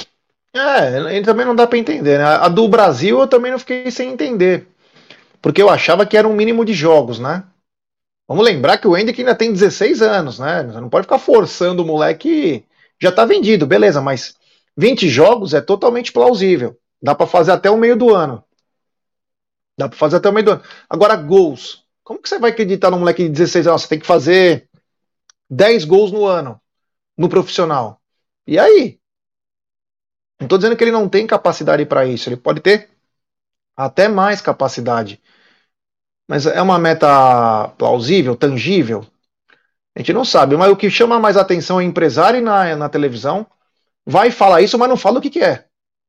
S3: É, ele também não dá para entender, né? A do Brasil eu também não fiquei sem entender, porque eu achava que era um mínimo de jogos, né? Vamos lembrar que o Endrick ainda tem dezesseis anos, né? Você não pode ficar forçando o moleque. Já tá vendido, beleza, mas vinte jogos é totalmente plausível. Dá para fazer até o meio do ano. Dá para fazer até o meio do ano. Agora, gols. Como que você vai acreditar num moleque de dezesseis anos? Você tem que fazer dez gols no ano, no profissional. E aí? Não tô dizendo que ele não tem capacidade para isso. Ele pode ter até mais capacidade. Mas é uma meta plausível, tangível? A gente não sabe, mas o que chama mais atenção é empresário na, na televisão, vai falar isso, mas não fala o que, que é.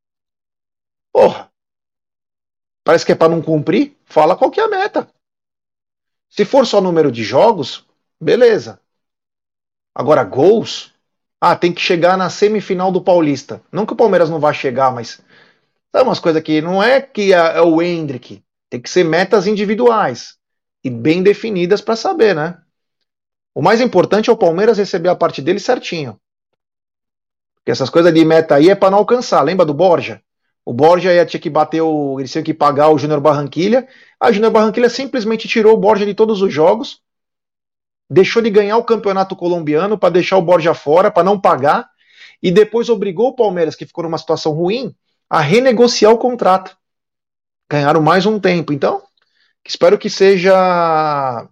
S3: Porra, parece que é para não cumprir, fala qual que é a meta. Se for só número de jogos, beleza. Agora, gols, ah, tem que chegar na semifinal do Paulista. Não que o Palmeiras não vá chegar, mas sabe umas coisas que não é que é, é o Endrick, tem que ser metas individuais e bem definidas para saber, né? O mais importante é o Palmeiras receber a parte dele certinho. Porque essas coisas de meta aí é para não alcançar. Lembra do Borja? O Borja ia, tinha que bater o. Eles tinham que pagar o Júnior Barranquilha. A Júnior Barranquilha simplesmente tirou o Borja de todos os jogos. Deixou de ganhar o campeonato colombiano para deixar o Borja fora, para não pagar. E depois obrigou o Palmeiras, que ficou numa situação ruim, a renegociar o contrato. Ganharam mais um tempo. Então, espero que seja.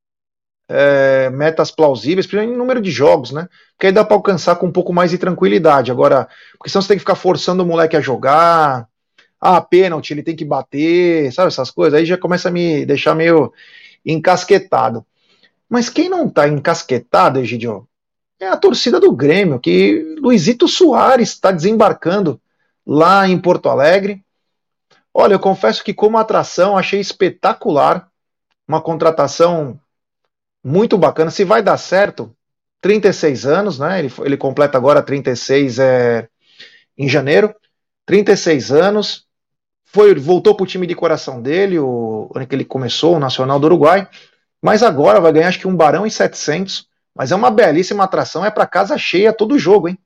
S3: É, metas plausíveis, principalmente em número de jogos, né? Porque aí dá para alcançar com um pouco mais de tranquilidade. Agora, porque senão você tem que ficar forçando o moleque a jogar. Ah, pênalti, ele tem que bater, sabe essas coisas? Aí já começa a me deixar meio encasquetado. Mas quem não tá encasquetado, Egidio, é a torcida do Grêmio, que Luizito Soares está desembarcando lá em Porto Alegre. Olha, eu confesso que como atração achei espetacular, uma contratação muito bacana. Se vai dar certo, trinta e seis anos, né? Ele, ele completa agora trinta e seis é, em janeiro. trinta e seis anos. Foi, voltou para o time de coração dele, o ano que ele começou, o Nacional do Uruguai. Mas agora vai ganhar acho que um barão e setecentos. Mas é uma belíssima atração, é para casa cheia todo jogo, hein?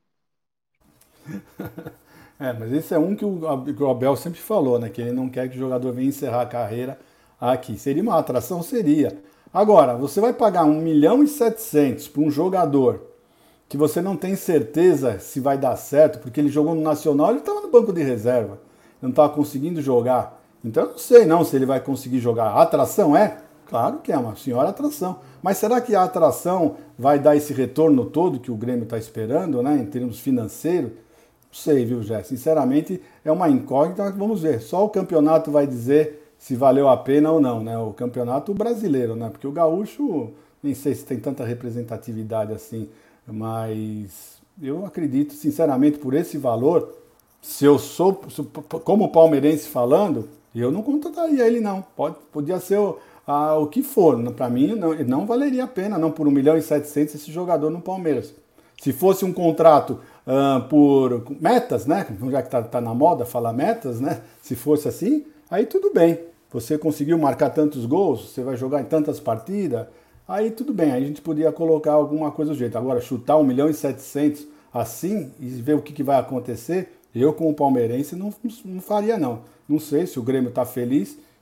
S2: É, mas esse é um que o, que o Abel sempre falou, né? Que ele não quer que o jogador venha encerrar a carreira aqui. Seria uma atração? Seria. Agora, você vai pagar um milhão e setecentos para um jogador que você não tem certeza se vai dar certo, porque ele jogou no Nacional, ele estava no banco de reserva, ele não estava conseguindo jogar. Então eu não sei não se ele vai conseguir jogar. A atração é? Claro que é uma senhora atração. Mas será que a atração vai dar esse retorno todo que o Grêmio está esperando, né, em termos financeiros? Não sei, viu, Jé? Sinceramente, é uma incógnita, mas vamos ver. Só o campeonato vai dizer se valeu a pena ou não, né? O campeonato brasileiro, né? Porque o gaúcho, nem sei se tem tanta representatividade assim, mas eu acredito, sinceramente, por esse valor, se eu sou, como palmeirense falando, eu não contrataria ele não. Pode, podia ser o, a, o que for. Para mim, não, não valeria a pena, não, por um milhão e setecentos esse jogador no Palmeiras. Se fosse um contrato uh, por metas, né? Já que tá, tá na moda falar metas, né? Se fosse assim, aí tudo bem. Você conseguiu marcar tantos gols, você vai jogar em tantas partidas, aí tudo bem, aí a gente podia colocar alguma coisa do jeito. Agora, chutar um milhão e setecentos assim e ver o que, que vai acontecer, eu como palmeirense não, não faria não. Não sei se o Grêmio está feliz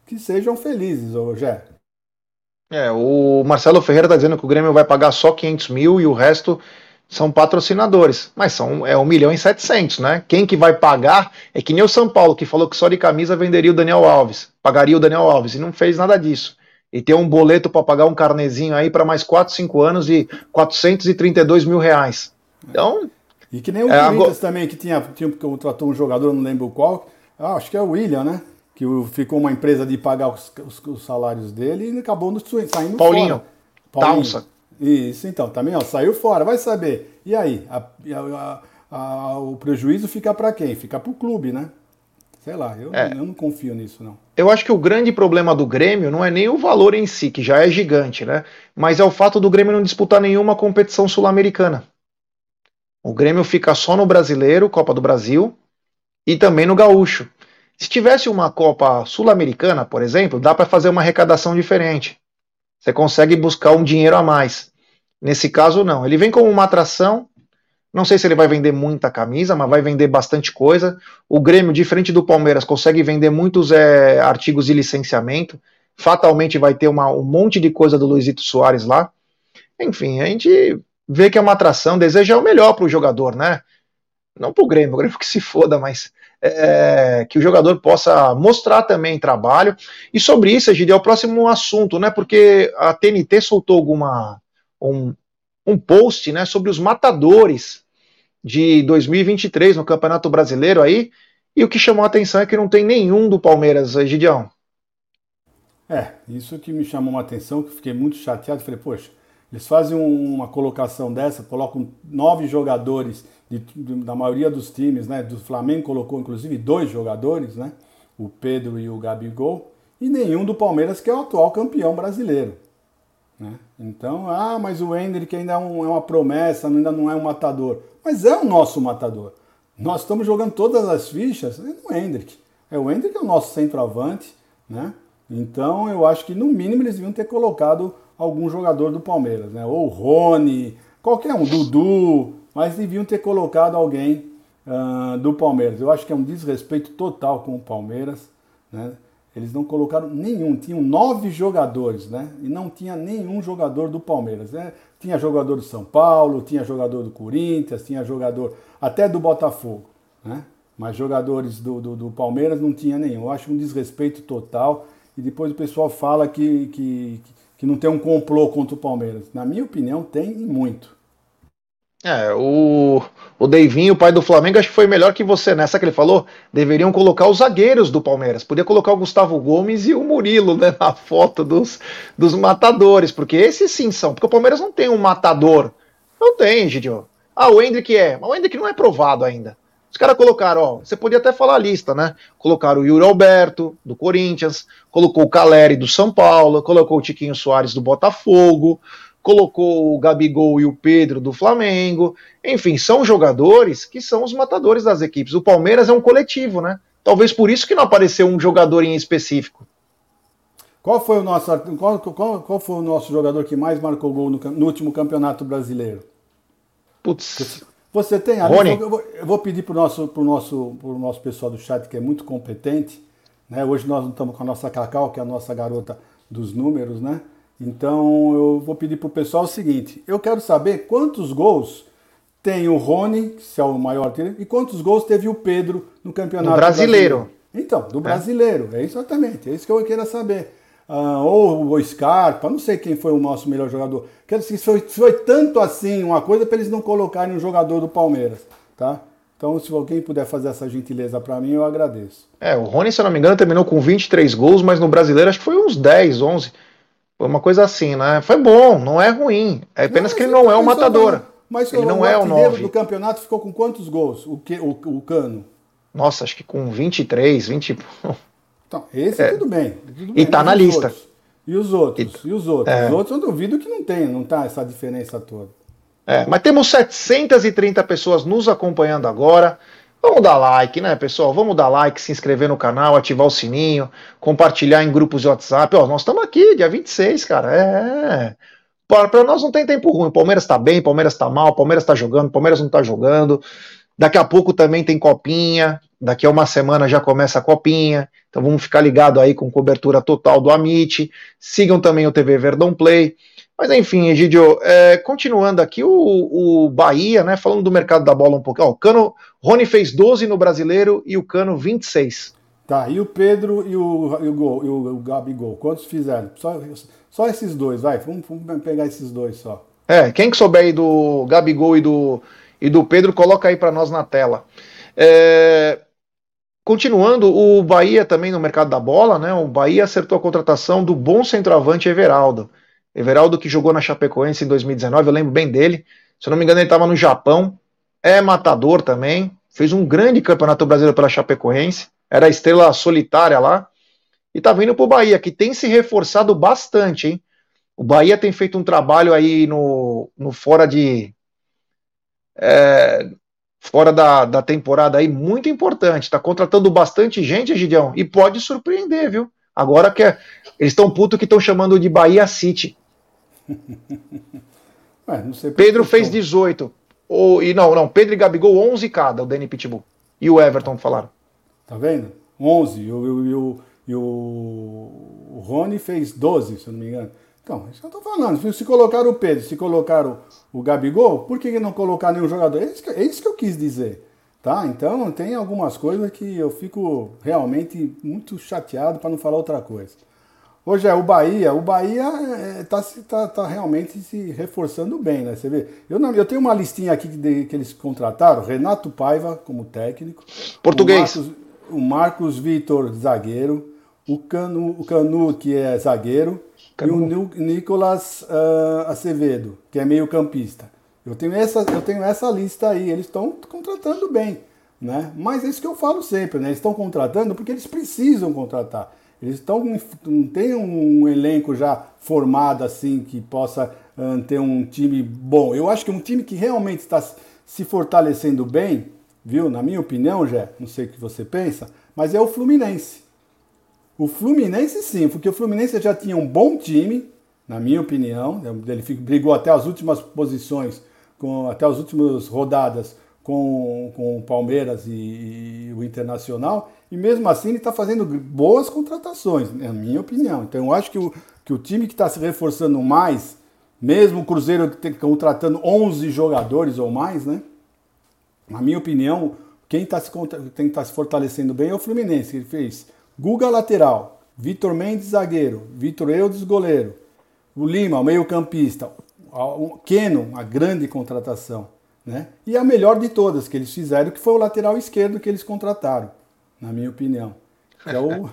S2: que sejam felizes, ô Gé.
S3: É, o Marcelo Ferreira está dizendo que o Grêmio vai pagar só quinhentos mil e o resto são patrocinadores. Mas são, é um milhão e setecentos, né? Quem que vai pagar é que nem o São Paulo, que falou que só de camisa venderia o Daniel Alves, pagaria o Daniel Alves, e não fez nada disso. E tem um boleto para pagar um carnezinho aí para mais quatro, cinco anos de quatrocentos e trinta e dois mil reais. Então...
S2: E que nem o
S3: é,
S2: Corinthians
S3: agora...
S2: também, que tinha, tinha contratou um jogador, não lembro qual, ah, acho que é o William, né? Que ficou uma empresa de pagar os, os, os salários dele e acabou no, saindo
S3: Paulinho.
S2: fora. Paulinho.
S3: Taunsa.
S2: Isso, então, também, ó, saiu fora, vai saber. E aí? A, a, a, o prejuízo fica para quem? Fica para o clube, né? Sei lá, eu, é. eu não confio nisso, não.
S3: Eu acho que o grande problema do Grêmio não é nem o valor em si, que já é gigante, né? Mas é o fato do Grêmio não disputar nenhuma competição sul-americana. O Grêmio fica só no Brasileiro, Copa do Brasil, e também no Gaúcho. Se tivesse uma Copa Sul-Americana, por exemplo, dá para fazer uma arrecadação diferente. Você consegue buscar um dinheiro a mais. Nesse caso, não. Ele vem como uma atração. Não sei se ele vai vender muita camisa, mas vai vender bastante coisa. O Grêmio, diferente do Palmeiras, consegue vender muitos é, artigos de licenciamento. Fatalmente vai ter uma, um monte de coisa do Luizito Soares lá. Enfim, a gente vê que é uma atração, deseja o melhor para o jogador, né? Não para o Grêmio, o Grêmio que se foda, mas é, que o jogador possa mostrar também trabalho. E sobre isso, Egídio, é o próximo assunto, né? Porque a T N T soltou alguma, um, um post, né, sobre os matadores de dois mil e vinte e três no Campeonato Brasileiro aí, e o que chamou a atenção é que não tem nenhum do Palmeiras, Egidião.
S2: É, isso que me chamou uma atenção, que eu fiquei muito chateado, falei, poxa, eles fazem uma colocação dessa, colocam nove jogadores de, de, da maioria dos times, né? Do Flamengo colocou inclusive dois jogadores, né? O Pedro e o Gabigol, e nenhum do Palmeiras, que é o atual campeão brasileiro. Né? Então, ah, mas o Endrick ainda é, um, é uma promessa, ainda não é um matador. Mas é o nosso matador. Nós estamos jogando todas as fichas no Endrick. É, o Endrick é o nosso centroavante, né? Então eu acho que no mínimo eles deviam ter colocado algum jogador do Palmeiras, né? Ou o Rony, qualquer um, Dudu, mas deviam ter colocado alguém uh, do Palmeiras. Eu acho que é um desrespeito total com o Palmeiras, né? Eles não colocaram nenhum, tinham nove jogadores, né? E não tinha nenhum jogador do Palmeiras, né? Tinha jogador do São Paulo, tinha jogador do Corinthians, tinha jogador até do Botafogo, né? Mas jogadores do, do, do Palmeiras não tinha nenhum. Eu acho um desrespeito total. E depois o pessoal fala que, que, que não tem um complô contra o Palmeiras. Na minha opinião, tem e muito.
S3: É, o, o Deivinho, o pai do Flamengo, acho que foi melhor que você nessa que ele falou. Deveriam colocar os zagueiros do Palmeiras. Podia colocar o Gustavo Gomes e o Murilo, né, na foto dos, dos matadores. Porque esses sim são. Porque o Palmeiras não tem um matador. Não tem, Gidio. Ah, o Endrick é. Mas o Endrick não é provado ainda. Os caras colocaram, ó, você podia até falar a lista, né? Colocaram o Yuri Alberto, do Corinthians, colocou o Caleri, do São Paulo, colocou o Tiquinho Soares, do Botafogo, colocou o Gabigol e o Pedro, do Flamengo. Enfim, são jogadores que são os matadores das equipes. O Palmeiras é um coletivo, né? Talvez por isso que não apareceu um jogador em específico.
S2: Qual foi o nosso, qual, qual, qual foi o nosso jogador que mais marcou gol no, no último Campeonato Brasileiro?
S3: Putz...
S2: Você tem a lista, eu, vou, eu vou pedir para o nosso, pro nosso, pro nosso pessoal do chat, que é muito competente, né? Hoje nós não estamos com a nossa Cacau, que é a nossa garota dos números, né? Então eu vou pedir para o pessoal o seguinte, eu quero saber quantos gols tem o Rony, que é o maior, e quantos gols teve o Pedro no Campeonato
S3: no brasileiro.
S2: brasileiro. Então, do brasileiro, é, é exatamente, é isso que eu quero saber. Uh, ou o Scarpa, não sei quem foi o nosso melhor jogador. Quero dizer, se foi, se foi tanto assim uma coisa para eles não colocarem um jogador do Palmeiras, tá? Então, se alguém puder fazer essa gentileza para mim, eu agradeço.
S3: É, o Rony, se eu não me engano, terminou com vinte e três gols, mas no brasileiro acho que foi uns dez, onze. Foi uma coisa assim, né? Foi bom, não é ruim. É apenas não, que ele não é o matador.
S2: Mas
S3: ele
S2: o,
S3: não
S2: o
S3: é o nove.
S2: Do campeonato ficou com quantos gols? O, que, o, o Cano?
S3: Nossa, acho que com vinte e três, vinte.
S2: Então, esse é. tudo bem. Tudo
S3: e
S2: bem,
S3: tá na lista.
S2: Outros? E os outros? E, e os outros?
S3: É.
S2: Os outros eu duvido que não tenha, não tá essa diferença toda.
S3: É, mas temos setecentas e trinta pessoas nos acompanhando agora. Vamos dar like, né, pessoal? Vamos dar like, se inscrever no canal, ativar o sininho, compartilhar em grupos de WhatsApp. Ó, nós estamos aqui, dia vinte e seis, cara. É. Para nós não tem tempo ruim. O Palmeiras tá bem, o Palmeiras tá mal, o Palmeiras tá jogando, o Palmeiras não tá jogando. Daqui a pouco também tem copinha. daqui a uma semana já começa a Copinha, então vamos ficar ligado aí com cobertura total do Amit, sigam também o T V Verdão Play, mas enfim, Egidio, é, continuando aqui, o, o Bahia, né, falando do mercado da bola um pouquinho, ó, o Cano, Rony fez doze no Brasileiro e o Cano vinte e seis.
S2: Tá, e o Pedro e o, e o, Gol, e o, o Gabigol, quantos fizeram? Só, só esses dois, vai, vamos, vamos pegar esses dois só.
S3: É, quem que souber aí do Gabigol e do, e do Pedro, coloca aí para nós na tela. É, continuando, o Bahia também no mercado da bola, né? O Bahia acertou a contratação do bom centroavante Everaldo. Everaldo que jogou na Chapecoense em dois mil e dezenove, eu lembro bem dele. Se eu não me engano, ele estava no Japão. É matador também. Fez um grande campeonato brasileiro pela Chapecoense. Era a estrela solitária lá. E tá vindo pro Bahia, que tem se reforçado bastante, hein? O Bahia tem feito um trabalho aí no, no fora de. É, fora da, da temporada aí muito importante. Está contratando bastante gente, Gideão, e pode surpreender, viu? Agora que é, eles estão putos que estão chamando de Bahia City.
S2: Ué, não sei
S3: Pedro fez dezoito. O, e não, não, Pedro e Gabigol onze cada, o Danny Pitbull. E o Everton falaram.
S2: Tá vendo? onze. E o, e o, e o, o Rony fez doze, se eu não me engano. Então, isso que eu tô falando. Se colocaram o Pedro, se colocaram o Gabigol, por que não colocar nenhum jogador? É isso que, é isso que eu quis dizer. Tá? Então, tem algumas coisas que eu fico realmente muito chateado, para não falar outra coisa. Hoje é o Bahia, o Bahia está é, tá, tá realmente se reforçando bem, né? Você vê, eu, não, eu tenho uma listinha aqui de, que eles contrataram, Renato Paiva como técnico,
S3: português,
S2: o Marcos, o Marcos Vitor zagueiro, o Canu, o Canu que é zagueiro, Canu. E o Nicolas uh, Acevedo, que é meio campista. Eu tenho essa, eu tenho essa lista aí, eles estão contratando bem, né? Mas é isso que eu falo sempre, né? Eles estão contratando porque eles precisam contratar. Eles estão, não tem um elenco já formado assim que possa uh, ter um time bom. Eu acho que um time que realmente está se fortalecendo bem, viu? Na minha opinião, Jé, não sei o que você pensa, mas é o Fluminense. O Fluminense sim, porque o Fluminense já tinha um bom time, na minha opinião. Ele brigou até as últimas posições, com, até as últimas rodadas com, com o Palmeiras e, e o Internacional. E mesmo assim ele está fazendo boas contratações, na minha opinião. Então eu acho que o, que o time que está se reforçando mais, mesmo o Cruzeiro contratando onze jogadores ou mais, né? Na minha opinião, quem está se, tá se fortalecendo bem é o Fluminense. Ele fez Guga lateral, Vitor Mendes zagueiro, Vitor Eudes goleiro, o Lima, o meio-campista, o Keno, a grande contratação, né? E a melhor de todas que eles fizeram, que foi o lateral esquerdo que eles contrataram, na minha opinião. Que é o...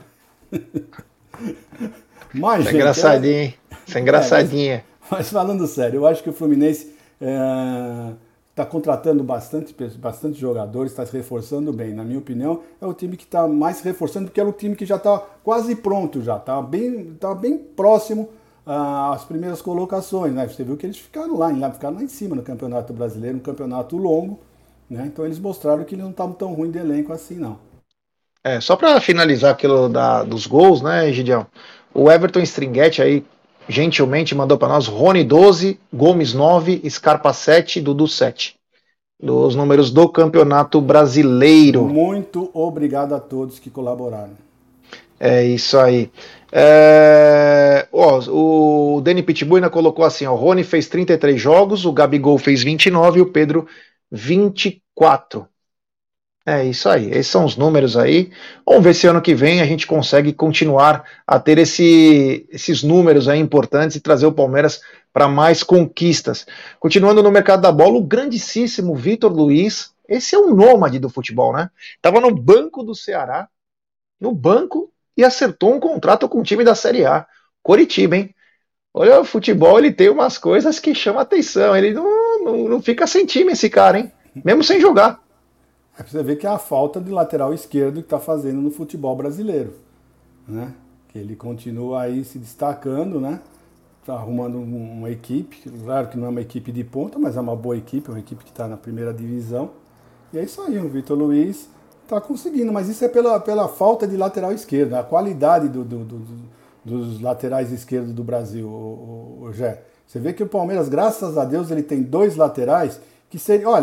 S3: Mas, Isso é gente, engraçadinho, hein? Isso é engraçadinha. É,
S2: mas, mas falando sério, eu acho que o Fluminense está é, contratando bastante, bastante jogadores, está se reforçando bem. Na minha opinião, é o time que está mais se reforçando, porque é o time que já está quase pronto, já está bem, tá bem próximo às primeiras colocações, né? Você viu que eles ficaram lá, lá, ficaram lá em cima no Campeonato Brasileiro, um campeonato longo, né? Então eles mostraram que eles não estavam tão ruins de elenco assim, não.
S3: É, só para finalizar aquilo da, dos gols, né, Gideão? O Everton Stringhetti aí gentilmente mandou para nós Rony doze, Gomes nove, Scarpa sete, Dudu sete. Dos números do Campeonato Brasileiro.
S2: Muito obrigado a todos que colaboraram.
S3: É isso aí. É... Ó, o Danny Pitbull ainda colocou assim: ó, o Rony fez trinta e três jogos, o Gabigol fez vinte e nove e o Pedro vinte e quatro. É isso aí, esses são os números aí. Vamos ver se ano que vem a gente consegue continuar a ter esse, esses números aí importantes e trazer o Palmeiras para mais conquistas. Continuando no mercado da bola, o grandíssimo Vitor Luiz, esse é um nômade do futebol, né? Tava no banco do Ceará, no banco, e acertou um contrato com o time da Série A, Coritiba, hein? Olha, o futebol ele tem umas coisas que chamam a atenção, ele não, não, não fica sem time esse cara, hein? Mesmo sem jogar.
S2: É pra você ver que é a falta de lateral esquerdo que está fazendo no futebol brasileiro, né? Que ele continua aí se destacando, né? Tá arrumando uma equipe, claro que não é uma equipe de ponta, mas é uma boa equipe, é uma equipe que está na primeira divisão. E é isso aí, o Vitor Luiz está conseguindo, mas isso é pela, pela falta de lateral esquerdo, a qualidade do, do, do, dos laterais esquerdos do Brasil, o, o, o Gé. Você vê que o Palmeiras, graças a Deus, ele tem dois laterais que seriam, olha...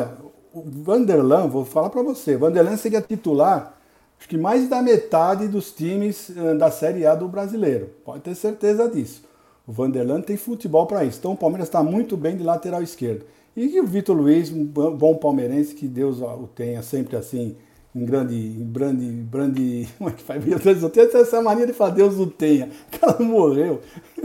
S2: o Vanderlan, vou falar para você, o Vanderlan seria titular, acho que mais da metade dos times uh, da Série A do brasileiro. Pode ter certeza disso. O Vanderlan tem futebol para isso. Então o Palmeiras está muito bem de lateral esquerdo. E o Vitor Luiz, um bom palmeirense, que Deus o tenha sempre assim, em grande, em grande, grande, como é que faz? Meu Deus, eu tenho essa mania de falar Deus o tenha. O cara morreu.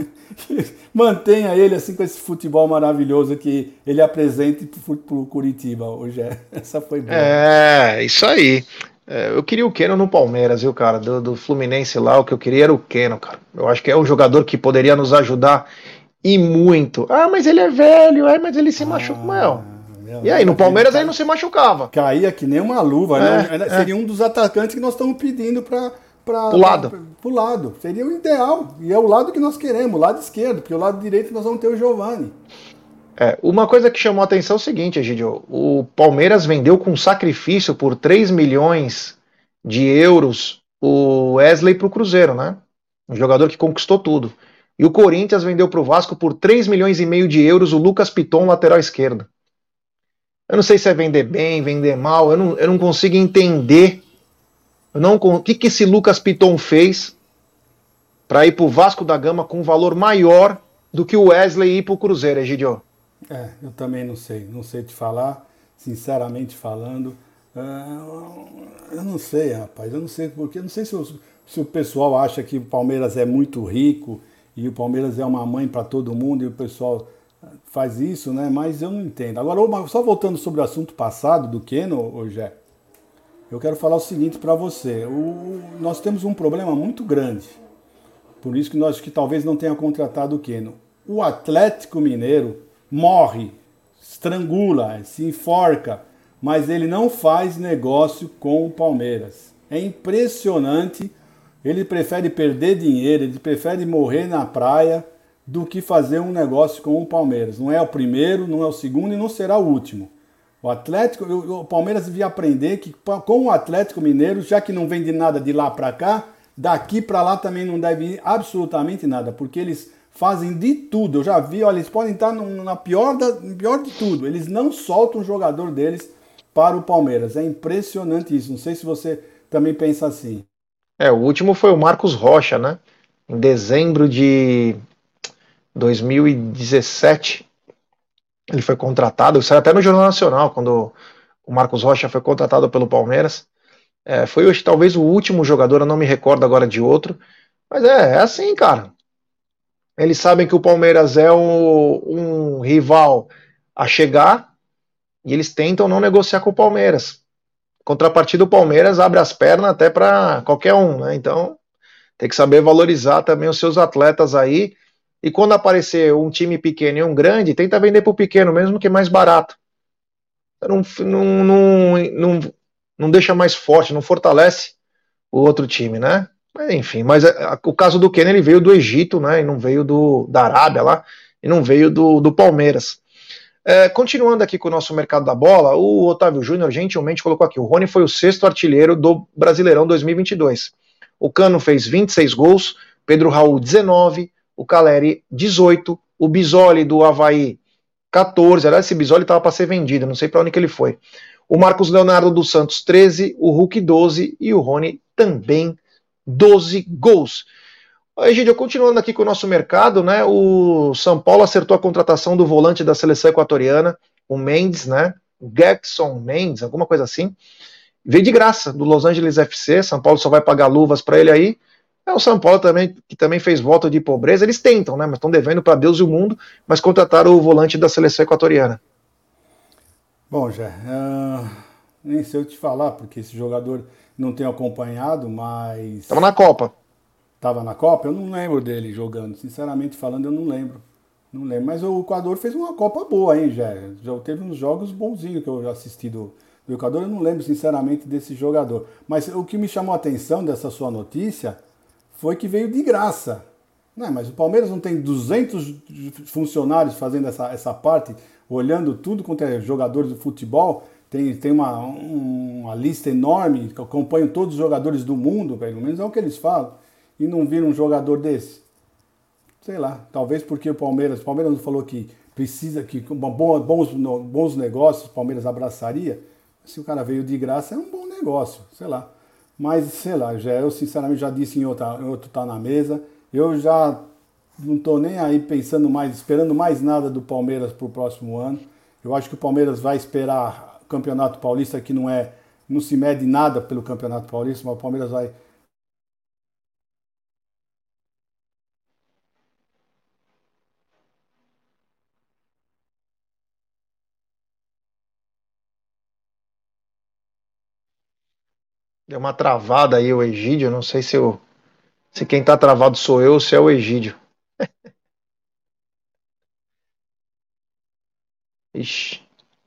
S2: Mantenha ele assim com esse futebol maravilhoso que ele apresenta para o Curitiba hoje. Essa foi boa.
S3: É, isso aí. É, eu queria o Keno no Palmeiras, viu, cara? Do, do Fluminense lá, o que eu queria era o Keno, cara. Eu acho que é um jogador que poderia nos ajudar e muito. Ah, mas ele é velho, é, mas ele se ah, machuca. Meu. Meu, e aí, no Palmeiras ele não se machucava.
S2: Caía que nem uma luva, é, né? É. Seria um dos atacantes que nós estamos pedindo para
S3: o lado.
S2: Pra, pro lado. Seria o ideal. E é o lado que nós queremos, o lado esquerdo, porque o lado direito nós vamos ter o Giovani.
S3: É, uma coisa que chamou a atenção é o seguinte, Egidio, o Palmeiras vendeu com sacrifício por três milhões de euros o Wesley para o Cruzeiro, né? Um jogador que conquistou tudo. E o Corinthians vendeu para o Vasco por três milhões e meio de euros o Lucas Piton, lateral esquerdo. Eu não sei se é vender bem, vender mal, eu não, eu não consigo entender eu não, o que, que esse Lucas Piton fez para ir para o Vasco da Gama com um valor maior do que o Wesley ir para o Cruzeiro, Egidio.
S2: É, eu também não sei, não sei te falar, sinceramente falando, uh, eu não sei, rapaz, eu não sei porque, eu não sei se o, se o pessoal acha que o Palmeiras é muito rico e o Palmeiras é uma mãe para todo mundo e o pessoal faz isso, né? Mas eu não entendo. Agora, só voltando sobre o assunto passado do Keno, ô Gé, eu quero falar o seguinte para você, o, nós temos um problema muito grande, por isso que nós que talvez não tenha contratado o Keno. O Atlético Mineiro morre, estrangula, se enforca, mas ele não faz negócio com o Palmeiras. É impressionante, ele prefere perder dinheiro, ele prefere morrer na praia do que fazer um negócio com o Palmeiras. Não é o primeiro, não é o segundo e não será o último. O Atlético, o Palmeiras devia aprender que com o Atlético Mineiro, já que não vende nada de lá para cá, daqui para lá também não deve ir absolutamente nada, porque eles fazem de tudo. Eu já vi, olha, eles podem estar na pior, da, pior de tudo. Eles não soltam o jogador deles para o Palmeiras. É impressionante isso. Não sei se você também pensa assim.
S3: É, o último foi o Marcos Rocha, né? Em dezembro de dois mil e dezessete, ele foi contratado. Isso era até no Jornal Nacional, quando o Marcos Rocha foi contratado pelo Palmeiras. É, foi hoje, talvez o último jogador, eu não me recordo agora de outro. Mas é, é assim, cara. Eles sabem que o Palmeiras é um, um rival a chegar e eles tentam não negociar com o Palmeiras. Contrapartida, o Palmeiras abre as pernas até para qualquer um, né? Então tem que saber valorizar também os seus atletas aí. E quando aparecer um time pequeno e um grande, tenta vender para o pequeno, mesmo que é mais barato. Não, não, não, não, não deixa mais forte, não fortalece o outro time, né? Enfim, mas a, a, o caso do Keno, ele veio do Egito, né, e não veio do, da Arábia lá, e não veio do, do Palmeiras. É, continuando aqui com o nosso mercado da bola, o Otávio Júnior gentilmente colocou aqui, o Rony foi o sexto artilheiro do Brasileirão dois mil e vinte e dois. O Cano fez vinte e seis gols, Pedro Raul dezenove, o Caleri dezoito, o Bisoli do Avaí quatorze, aliás, esse Bisoli estava para ser vendido, não sei para onde que ele foi. O Marcos Leonardo dos Santos treze, o Hulk doze e o Rony também doze gols. Egidio, continuando aqui com o nosso mercado, né? O São Paulo acertou a contratação do volante da seleção equatoriana, o Mendes, né? O Gerson Mendes, alguma coisa assim. Veio de graça do Los Angeles F C. São Paulo só vai pagar luvas para ele aí. É o São Paulo também, que também fez voto de pobreza. Eles tentam, né? Mas estão devendo para Deus e o mundo, mas contrataram o volante da seleção equatoriana.
S2: Bom, já, uh, nem sei o que te falar, porque esse jogador não tenho acompanhado, mas...
S3: Estava na Copa.
S2: Estava na Copa? Eu não lembro dele jogando. Sinceramente falando, eu não lembro. Não lembro. Mas o Equador fez uma Copa boa, hein, já. Já teve uns jogos bonzinhos que eu já assisti do, do Equador. Eu não lembro, sinceramente, desse jogador. Mas o que me chamou a atenção dessa sua notícia foi que veio de graça. Não, mas o Palmeiras não tem duzentos funcionários fazendo essa, essa parte, olhando tudo quanto é jogadores de futebol... Tem, tem uma, um, uma lista enorme, que acompanham todos os jogadores do mundo, pelo menos é o que eles falam, e não viram um jogador desse. Sei lá, talvez porque o Palmeiras, o Palmeiras não falou que precisa que com bons, bons negócios o Palmeiras abraçaria. Se o cara veio de graça, é um bom negócio, sei lá. Mas, sei lá, já, eu sinceramente já disse em outra, em outro Tá na Mesa, eu já não tô nem aí pensando mais, esperando mais nada do Palmeiras pro próximo ano. Eu acho que o Palmeiras vai esperar o Campeonato Paulista, que não é, não se mede nada pelo Campeonato Paulista, mas o Palmeiras vai...
S3: Deu uma travada aí o Egídio, não sei se, eu, se quem tá travado sou eu ou se é o Egídio. Ixi.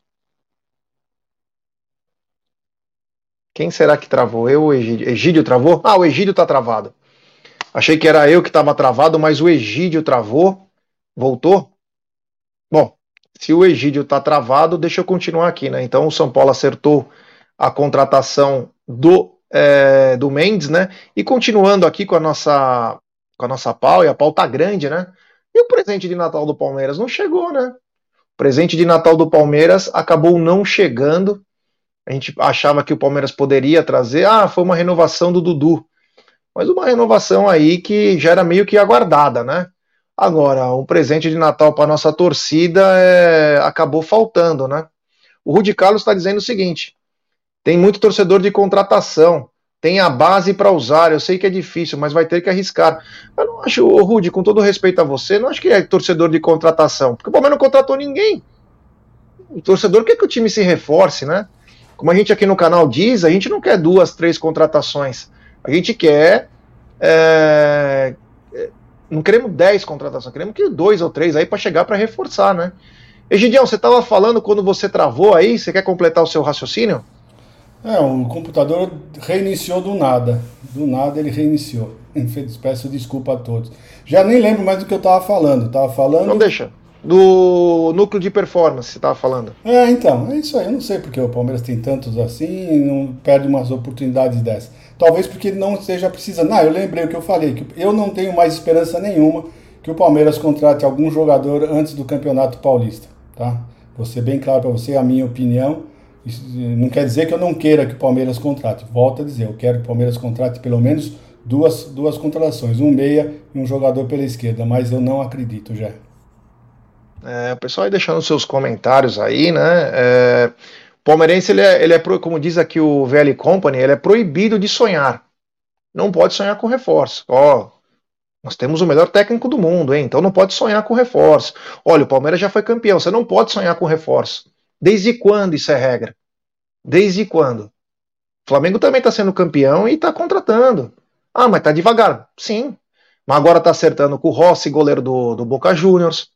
S3: Quem será que travou? Eu ou o Egídio? Egídio travou? Ah, o Egídio tá travado. Achei que era eu que estava travado, mas o Egídio travou. Voltou? Bom, se o Egídio tá travado, deixa eu continuar aqui, né? Então o São Paulo acertou a contratação do, é, do Mendes, né? E continuando aqui com a nossa com a nossa pau, e a pau tá grande, né? E o presente de Natal do Palmeiras não chegou, né? O presente de Natal do Palmeiras acabou não chegando. A gente achava que o Palmeiras poderia trazer, ah, foi uma renovação do Dudu. Mas uma renovação aí que já era meio que aguardada, né? Agora, um presente de Natal para nossa torcida é... acabou faltando, né? O Rudi Carlos está dizendo o seguinte: tem muito torcedor de contratação, tem a base para usar, eu sei que é difícil, mas vai ter que arriscar. Eu não acho, ô Rudi, com todo respeito a você, não acho que é torcedor de contratação, porque o Palmeiras não contratou ninguém. O torcedor quer que o time se reforce, né? Como a gente aqui no canal diz, a gente não quer duas, três contratações. A gente quer... É, não queremos dez contratações, queremos que dois ou três aí para chegar para reforçar, né? Egidião, você estava falando quando você travou aí, você quer completar o seu raciocínio?
S2: É, o computador reiniciou do nada. Do nada ele reiniciou. Peço desculpa a todos. Já nem lembro mais do que eu estava falando. Tava falando...
S3: Não deixa. Do núcleo de performance, você estava falando.
S2: É, então, é isso aí. Eu não sei porque o Palmeiras tem tantos assim e não perde umas oportunidades dessas. Talvez porque ele não esteja precisando. Ah, eu lembrei o que eu falei, que eu não tenho mais esperança nenhuma que o Palmeiras contrate algum jogador antes do Campeonato Paulista, tá? Vou ser bem claro para você, a minha opinião. Isso não quer dizer que eu não queira que o Palmeiras contrate. Volto a dizer, eu quero que o Palmeiras contrate pelo menos duas, duas contratações, um meia e um jogador pela esquerda, mas eu não acredito, já.
S3: É, o pessoal aí deixando seus comentários aí, né? É, o palmeirense, ele é, ele é, como diz aqui o V L Company, ele é proibido de sonhar. Não pode sonhar com reforço. Ó, nós temos o melhor técnico do mundo, hein? Então não pode sonhar com reforço. Olha, o Palmeiras já foi campeão, você não pode sonhar com reforço. Desde quando isso é regra? Desde quando? O Flamengo também está sendo campeão e está contratando. Ah, mas tá devagar. Sim. Mas agora está acertando com o Rossi, goleiro do, do Boca Juniors.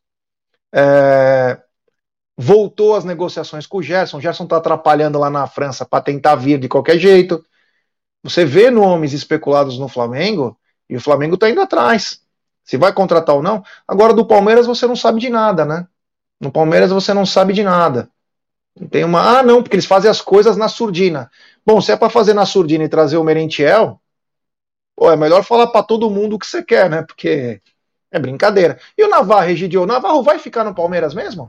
S3: É, voltou as negociações com o Gerson. O Gerson está atrapalhando lá na França para tentar vir de qualquer jeito. Você vê nomes especulados no Flamengo e o Flamengo está indo atrás. Se vai contratar ou não. Agora do Palmeiras você não sabe de nada, né? No Palmeiras você não sabe de nada. Tem uma, ah não, porque eles fazem as coisas na surdina. Bom, se é para fazer na surdina e trazer o Merentiel, pô, é melhor falar para todo mundo o que você quer, né? Porque é brincadeira. E o Navarro, Egidio, o Navarro vai ficar no Palmeiras mesmo?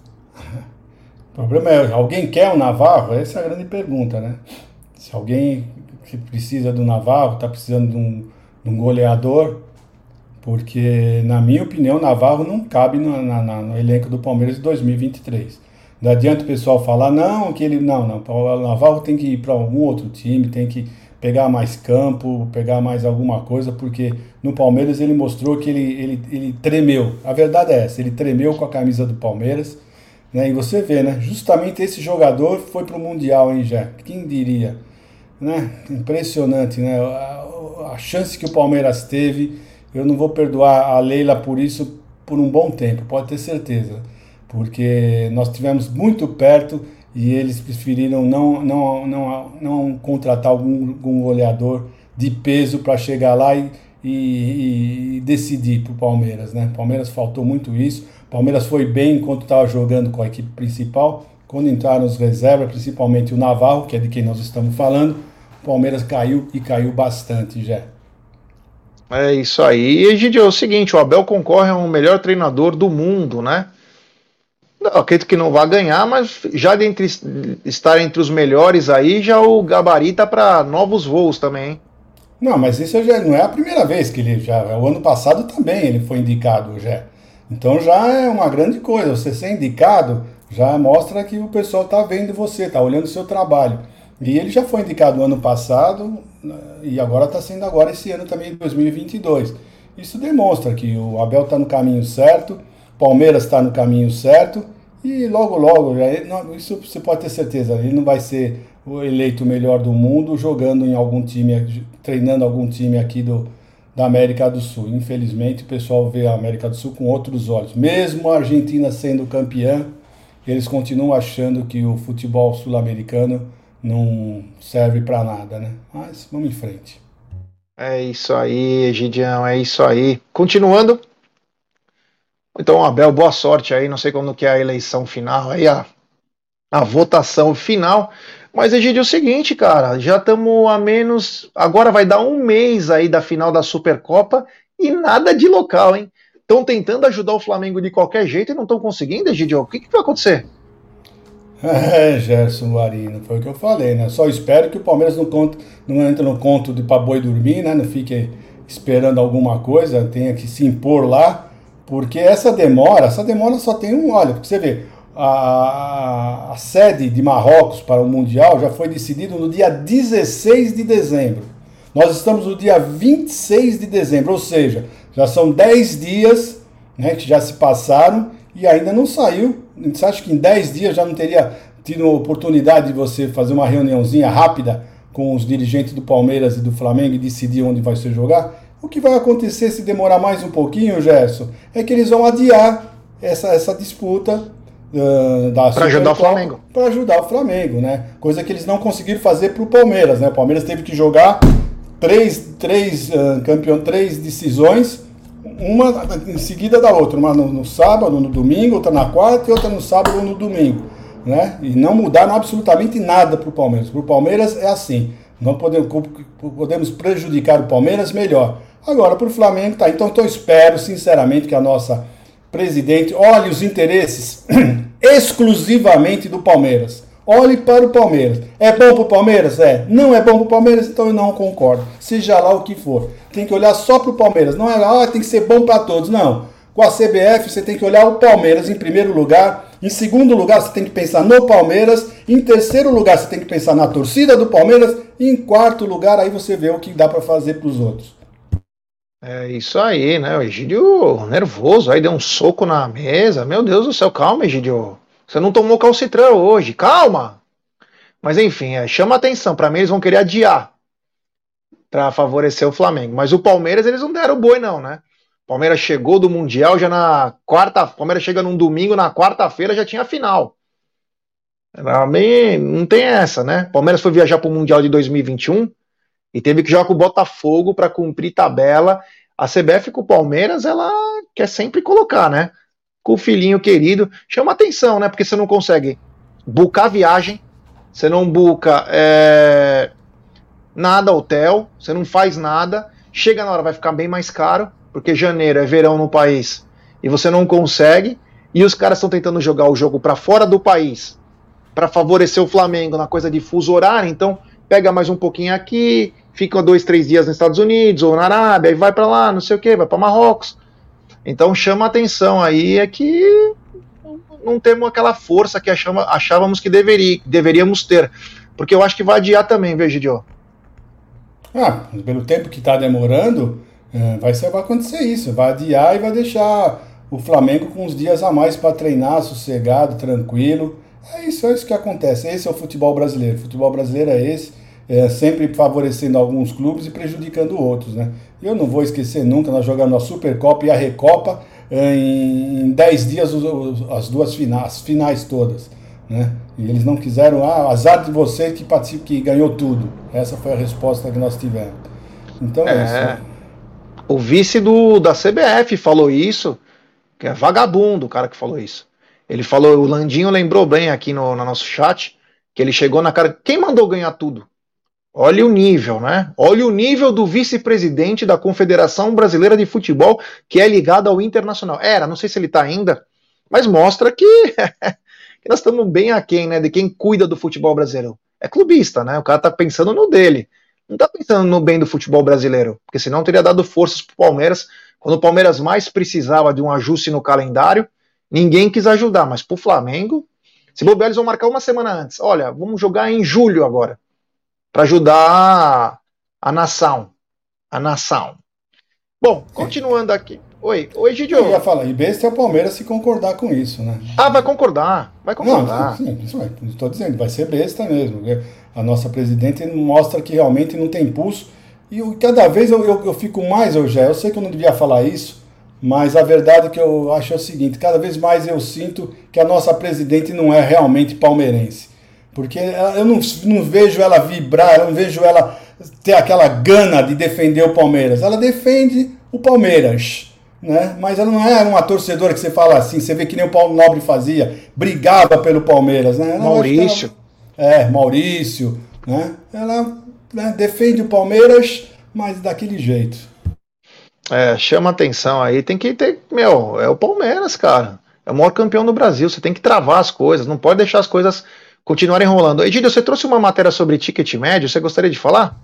S2: O problema é, alguém quer o Navarro? Essa é a grande pergunta, né? Se alguém que precisa do Navarro, tá precisando de um, de um goleador, porque, na minha opinião, o Navarro não cabe no, na, na, no elenco do Palmeiras de dois mil e vinte e três. Não adianta o pessoal falar, não, que ele. Não, não. O Navarro tem que ir para algum outro time, tem que pegar mais campo, pegar mais alguma coisa, porque no Palmeiras ele mostrou que ele, ele, ele tremeu. A verdade é essa, ele tremeu com a camisa do Palmeiras, né? E você vê, né? Justamente esse jogador foi para o Mundial, hein, já? Quem diria? Né? Impressionante, né? A, a chance que o Palmeiras teve, eu não vou perdoar a Leila por isso por um bom tempo, pode ter certeza. Porque nós tivemos muito perto e eles preferiram não, não, não, não contratar algum, algum goleador de peso para chegar lá e, e, e decidir para o Palmeiras, né? O Palmeiras faltou muito isso. O Palmeiras foi bem enquanto estava jogando com a equipe principal. Quando entraram os reservas, principalmente o Navarro, que é de quem nós estamos falando, o Palmeiras caiu e caiu bastante já.
S3: É isso aí. E, Egidio, é o seguinte, o Abel concorre ao melhor treinador do mundo, né? Não, acredito que não vai ganhar, mas já de entre, estar entre os melhores aí, já o gabarita para novos voos também, hein?
S2: Não, mas isso já não é a primeira vez que ele já. O ano passado também ele foi indicado já. Então já é uma grande coisa. Você ser indicado já mostra que o pessoal está vendo você, está olhando o seu trabalho. E ele já foi indicado no ano passado e agora está sendo agora esse ano também, dois mil e vinte e dois. Isso demonstra que o Abel está no caminho certo, Palmeiras está no caminho certo e logo, logo, isso você pode ter certeza, ele não vai ser o eleito melhor do mundo jogando em algum time, treinando algum time aqui do, da América do Sul. Infelizmente o pessoal vê a América do Sul com outros olhos. Mesmo a Argentina sendo campeã, eles continuam achando que o futebol sul-americano não serve para nada, né? Mas vamos em frente.
S3: É isso aí, Egidião, é isso aí. Continuando. Então, Abel, boa sorte aí. Não sei quando que é a eleição final, aí a, a votação final. Mas, Egidio, é o seguinte, cara, já estamos a menos... Agora vai dar um mês aí da final da Supercopa e nada de local, hein? Estão tentando ajudar o Flamengo de qualquer jeito e não estão conseguindo, Egidio. O que, que vai acontecer?
S2: É, Gerson Guarino, foi o que eu falei, né? Só espero que o Palmeiras não, conta, não entre no conto de pra boi dormir, né? Não fique esperando alguma coisa, tenha que se impor lá, porque essa demora, essa demora só tem um, olha, porque você vê, a, a sede de Marrocos para o Mundial já foi decidido no dia dezesseis de dezembro. Nós estamos no dia vinte e seis de dezembro, ou seja, já são dez dias, né, que já se passaram e ainda não saiu. Você acha que em dez dias já não teria tido a oportunidade de você fazer uma reuniãozinha rápida com os dirigentes do Palmeiras e do Flamengo e decidir onde vai se jogar? O que vai acontecer se demorar mais um pouquinho, Gerson, é que eles vão adiar essa, essa disputa uh, da
S3: para ajudar o Flamengo.
S2: Para ajudar o Flamengo, né? Coisa que eles não conseguiram fazer para o Palmeiras, né? O Palmeiras teve que jogar três, três, uh, campeão, três decisões, uma em seguida da outra, uma no, no sábado, no domingo, outra na quarta e outra no sábado ou no domingo, né? E não mudaram absolutamente nada para o Palmeiras. Para o Palmeiras é assim, não podemos, podemos prejudicar o Palmeiras melhor. Agora para o Flamengo tá, então eu espero sinceramente que a nossa presidente olhe os interesses exclusivamente do Palmeiras. Olhe para o Palmeiras. É bom para o Palmeiras? É. Não é bom para o Palmeiras? Então eu não concordo. Seja lá o que for. Tem que olhar só para o Palmeiras. Não é lá, ah, tem que ser bom para todos. Não. Com a C B F você tem que olhar o Palmeiras em primeiro lugar. Em segundo lugar você tem que pensar no Palmeiras. Em terceiro lugar você tem que pensar na torcida do Palmeiras. E em quarto lugar aí você vê o que dá para fazer para os outros.
S3: É isso aí, né? O Egídio nervoso. Aí deu um soco na mesa. Meu Deus do céu, calma, Egídio. Você não tomou calcitrão hoje, calma! Mas enfim, é, chama atenção, para mim eles vão querer adiar para favorecer o Flamengo. Mas o Palmeiras eles não deram boi não, né? O Palmeiras chegou do Mundial já na quarta, o Palmeiras chega num domingo, na quarta-feira já tinha a final. Não tem essa, né? O Palmeiras foi viajar para o Mundial de dois mil e vinte e um e teve que jogar com o Botafogo para cumprir tabela. A C B F com o Palmeiras, ela quer sempre colocar, né? Com o filhinho querido, chama atenção, né? Porque você não consegue bucar viagem, você não buca é, nada, hotel, você não faz nada, chega na hora, vai ficar bem mais caro, porque janeiro é verão no país e você não consegue, e os caras estão tentando jogar o jogo para fora do país, para favorecer o Flamengo na coisa de fuso horário, então pega mais um pouquinho aqui, fica dois, três dias nos Estados Unidos ou na Arábia, e vai para lá, não sei o que, vai para Marrocos. Então chama a atenção aí é que não temos aquela força que achava, achávamos que deveria, deveríamos ter. Porque eu acho que vai adiar também, viu, Gidio?
S2: Ah, pelo tempo que está demorando, vai, ser, vai acontecer isso. Vai adiar e vai deixar o Flamengo com uns dias a mais para treinar, sossegado, tranquilo. É isso, é isso que acontece. Esse é o futebol brasileiro. O futebol brasileiro é esse, é, sempre favorecendo alguns clubes e prejudicando outros, né? Eu não vou esquecer nunca, nós jogamos a Supercopa e a Recopa em dez dias as duas finais, finais todas, né? E eles não quiseram, ah, azar de você que, que ganhou tudo. Essa foi a resposta que nós tivemos. Então é, é isso. Né?
S3: O vice do, da C B F falou isso, que é vagabundo o cara que falou isso. Ele falou, o Landinho lembrou bem aqui no, no nosso chat, que ele chegou na cara, quem mandou ganhar tudo? Olha o nível, né? Olha o nível do vice-presidente da Confederação Brasileira de Futebol, que é ligado ao Internacional. Era, não sei se ele tá ainda, Mas mostra que, que nós estamos bem aquém, né, de quem cuida do futebol brasileiro. É clubista, né? O cara tá pensando no dele. Não tá pensando no bem do futebol brasileiro, porque senão teria dado forças pro Palmeiras. Quando o Palmeiras mais precisava de um ajuste no calendário, ninguém quis ajudar, mas pro Flamengo, se bobear, eles vão marcar uma semana antes. Olha, vamos jogar em julho agora, para ajudar a, a nação. A nação. Bom, continuando aqui. Oi, oi, Gidio.
S2: Eu ia falar, e besta é o Palmeiras se concordar com isso, né?
S3: Ah, vai concordar, vai concordar.
S2: Não, sim, isso é, estou dizendo, vai ser besta mesmo. A nossa presidente mostra que realmente não tem pulso. E eu, cada vez eu, eu, eu fico mais, eu já, eu sei que eu não devia falar isso, mas a verdade que eu acho é o seguinte, cada vez mais eu sinto que a nossa presidente não é realmente palmeirense. Porque eu não, não vejo ela vibrar, eu não vejo ela ter aquela gana de defender o Palmeiras. Ela defende o Palmeiras, né? Mas ela não é uma torcedora que você fala assim, você vê que nem o Paulo Nobre fazia, brigava pelo Palmeiras, né? Ela,
S3: Maurício.
S2: Ela, é, Maurício, né? Ela, né, defende o Palmeiras, mas daquele jeito.
S3: É, chama atenção aí, tem que ter, meu, é o Palmeiras, cara. É o maior campeão do Brasil, você tem que travar as coisas, não pode deixar as coisas continuarem rolando. Egídio, você trouxe uma matéria sobre ticket médio, você gostaria de falar?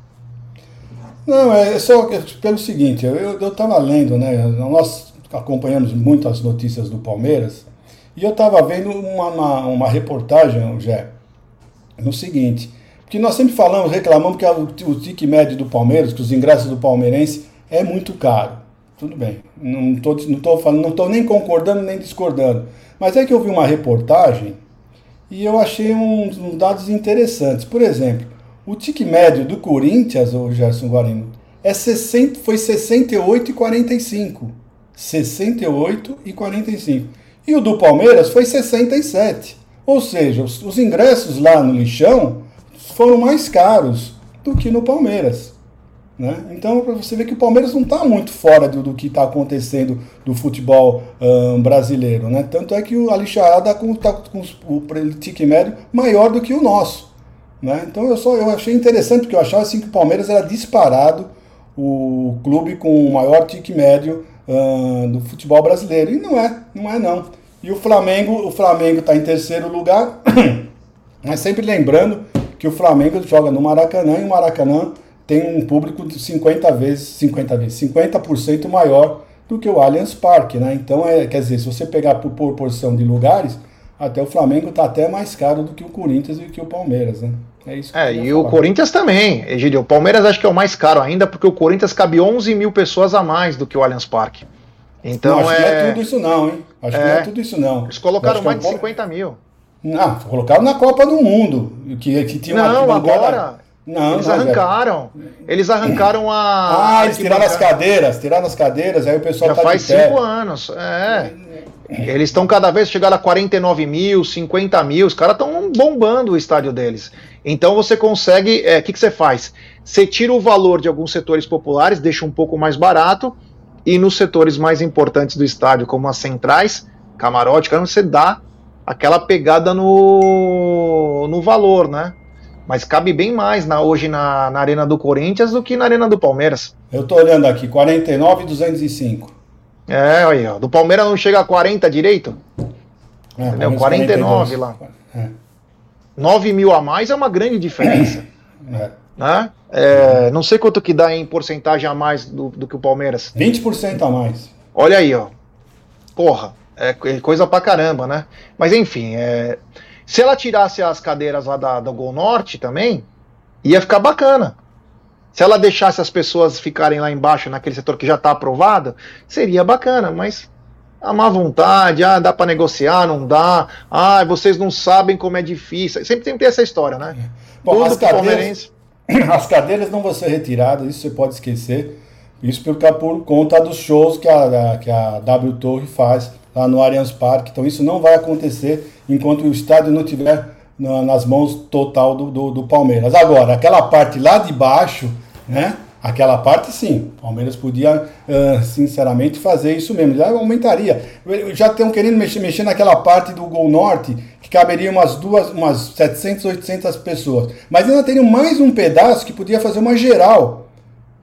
S2: Não, é só pelo seguinte, eu estava lendo, né, nós acompanhamos muito as notícias do Palmeiras, e eu estava vendo uma, uma, uma reportagem, Jé, no seguinte, porque nós sempre falamos, reclamamos que o, o ticket médio do Palmeiras, que os ingressos do palmeirense é muito caro. Tudo bem, não estou não tô falando, não tô nem concordando nem discordando, mas é que eu vi uma reportagem e eu achei uns, uns dados interessantes. Por exemplo, o ticket médio do Corinthians, o Gerson Guarino, é sessenta, foi sessenta e oito reais e quarenta e cinco centavos. sessenta e oito reais e quarenta e cinco centavos. E o do Palmeiras foi sessenta e sete reais. Ou seja, os, os ingressos lá no lixão foram mais caros do que no Palmeiras. Né? Então, para você ver que o Palmeiras não está muito fora do, do que está acontecendo do futebol um, brasileiro. Né? Tanto é que o Alixará está com, tá com o ticket médio maior do que o nosso. Né? Então, eu, só, eu achei interessante, porque eu achava assim, que o Palmeiras era disparado o clube com o maior ticket médio um, do futebol brasileiro. E não é, não é não. E o Flamengo o Flamengo está em terceiro lugar, mas sempre lembrando que o Flamengo joga no Maracanã, e o Maracanã tem um público de cinquenta vezes, cinquenta vezes, cinquenta por cento maior do que o Allianz Parque, né? Então, é, quer dizer, se você pegar por proporção de lugares, até o Flamengo está até mais caro do que o Corinthians e que o Palmeiras, né? É isso que
S3: É,
S2: eu
S3: e
S2: falar.
S3: O Corinthians também, Egídio. O Palmeiras acho que é o mais caro ainda, porque o Corinthians cabe onze mil pessoas a mais do que o Allianz Parque. Então,
S2: não, acho
S3: é...
S2: que não é tudo isso não, hein? Acho
S3: é...
S2: que não é tudo isso não.
S3: Eles colocaram mais
S2: é um
S3: de cinquenta mil.
S2: Não, colocaram na Copa do Mundo. Que, que tinha
S3: não,
S2: uma
S3: agora...
S2: Não,
S3: eles
S2: não,
S3: arrancaram. Velho. Eles arrancaram
S2: a... Ah, eles tiraram as cadeiras. Tiraram as cadeiras, aí o pessoal
S3: Já
S2: tá
S3: faz
S2: de pé.
S3: cinco anos. É... Eles estão cada vez chegando a quarenta e nove mil, cinquenta mil, os caras estão bombando o estádio deles. Então você consegue, o é, que, que você faz? Você tira o valor de alguns setores populares, deixa um pouco mais barato, e nos setores mais importantes do estádio, como as centrais, camarote, você dá aquela pegada no, no valor, né? Mas cabe bem mais na, hoje na, na Arena do Corinthians do que na Arena do Palmeiras.
S2: Eu tô olhando aqui, quarenta e nove mil duzentos e cinco.
S3: É, aí, ó. Do Palmeiras não chega a quarenta direito?
S2: É,
S3: entendeu? quarenta e nove lá.
S2: É.
S3: nove mil a mais é uma grande diferença.
S2: É.
S3: Né? É, não sei quanto que dá em porcentagem a mais do, do que o Palmeiras.
S2: vinte por cento a mais.
S3: Olha aí, ó. Porra, é coisa pra caramba, né? Mas enfim, é... se ela tirasse as cadeiras lá da, da Gol Norte também, ia ficar bacana. Se ela deixasse as pessoas ficarem lá embaixo, naquele setor que já está aprovado, seria bacana, mas a má vontade, ah, dá para negociar, não dá, ah, vocês não sabem como é difícil, sempre, sempre tem essa história, né?
S2: Bom,
S3: Tudo
S2: as
S3: pro
S2: cadeiras,
S3: palmeirense.
S2: As cadeiras não vão ser retiradas, isso você pode esquecer, isso por, por conta dos shows que a, que a W Torre faz lá no Allianz Parque, então isso não vai acontecer enquanto o estádio não tiver nas mãos total do, do, do Palmeiras. Agora, aquela parte lá de baixo, né? Aquela parte sim, o Palmeiras podia, uh, sinceramente, fazer isso mesmo, já aumentaria. Já estão querendo mexer, mexer naquela parte do Gol Norte, que caberia umas duas, umas setecentas, oitocentas pessoas. Mas ainda teria mais um pedaço que podia fazer uma geral.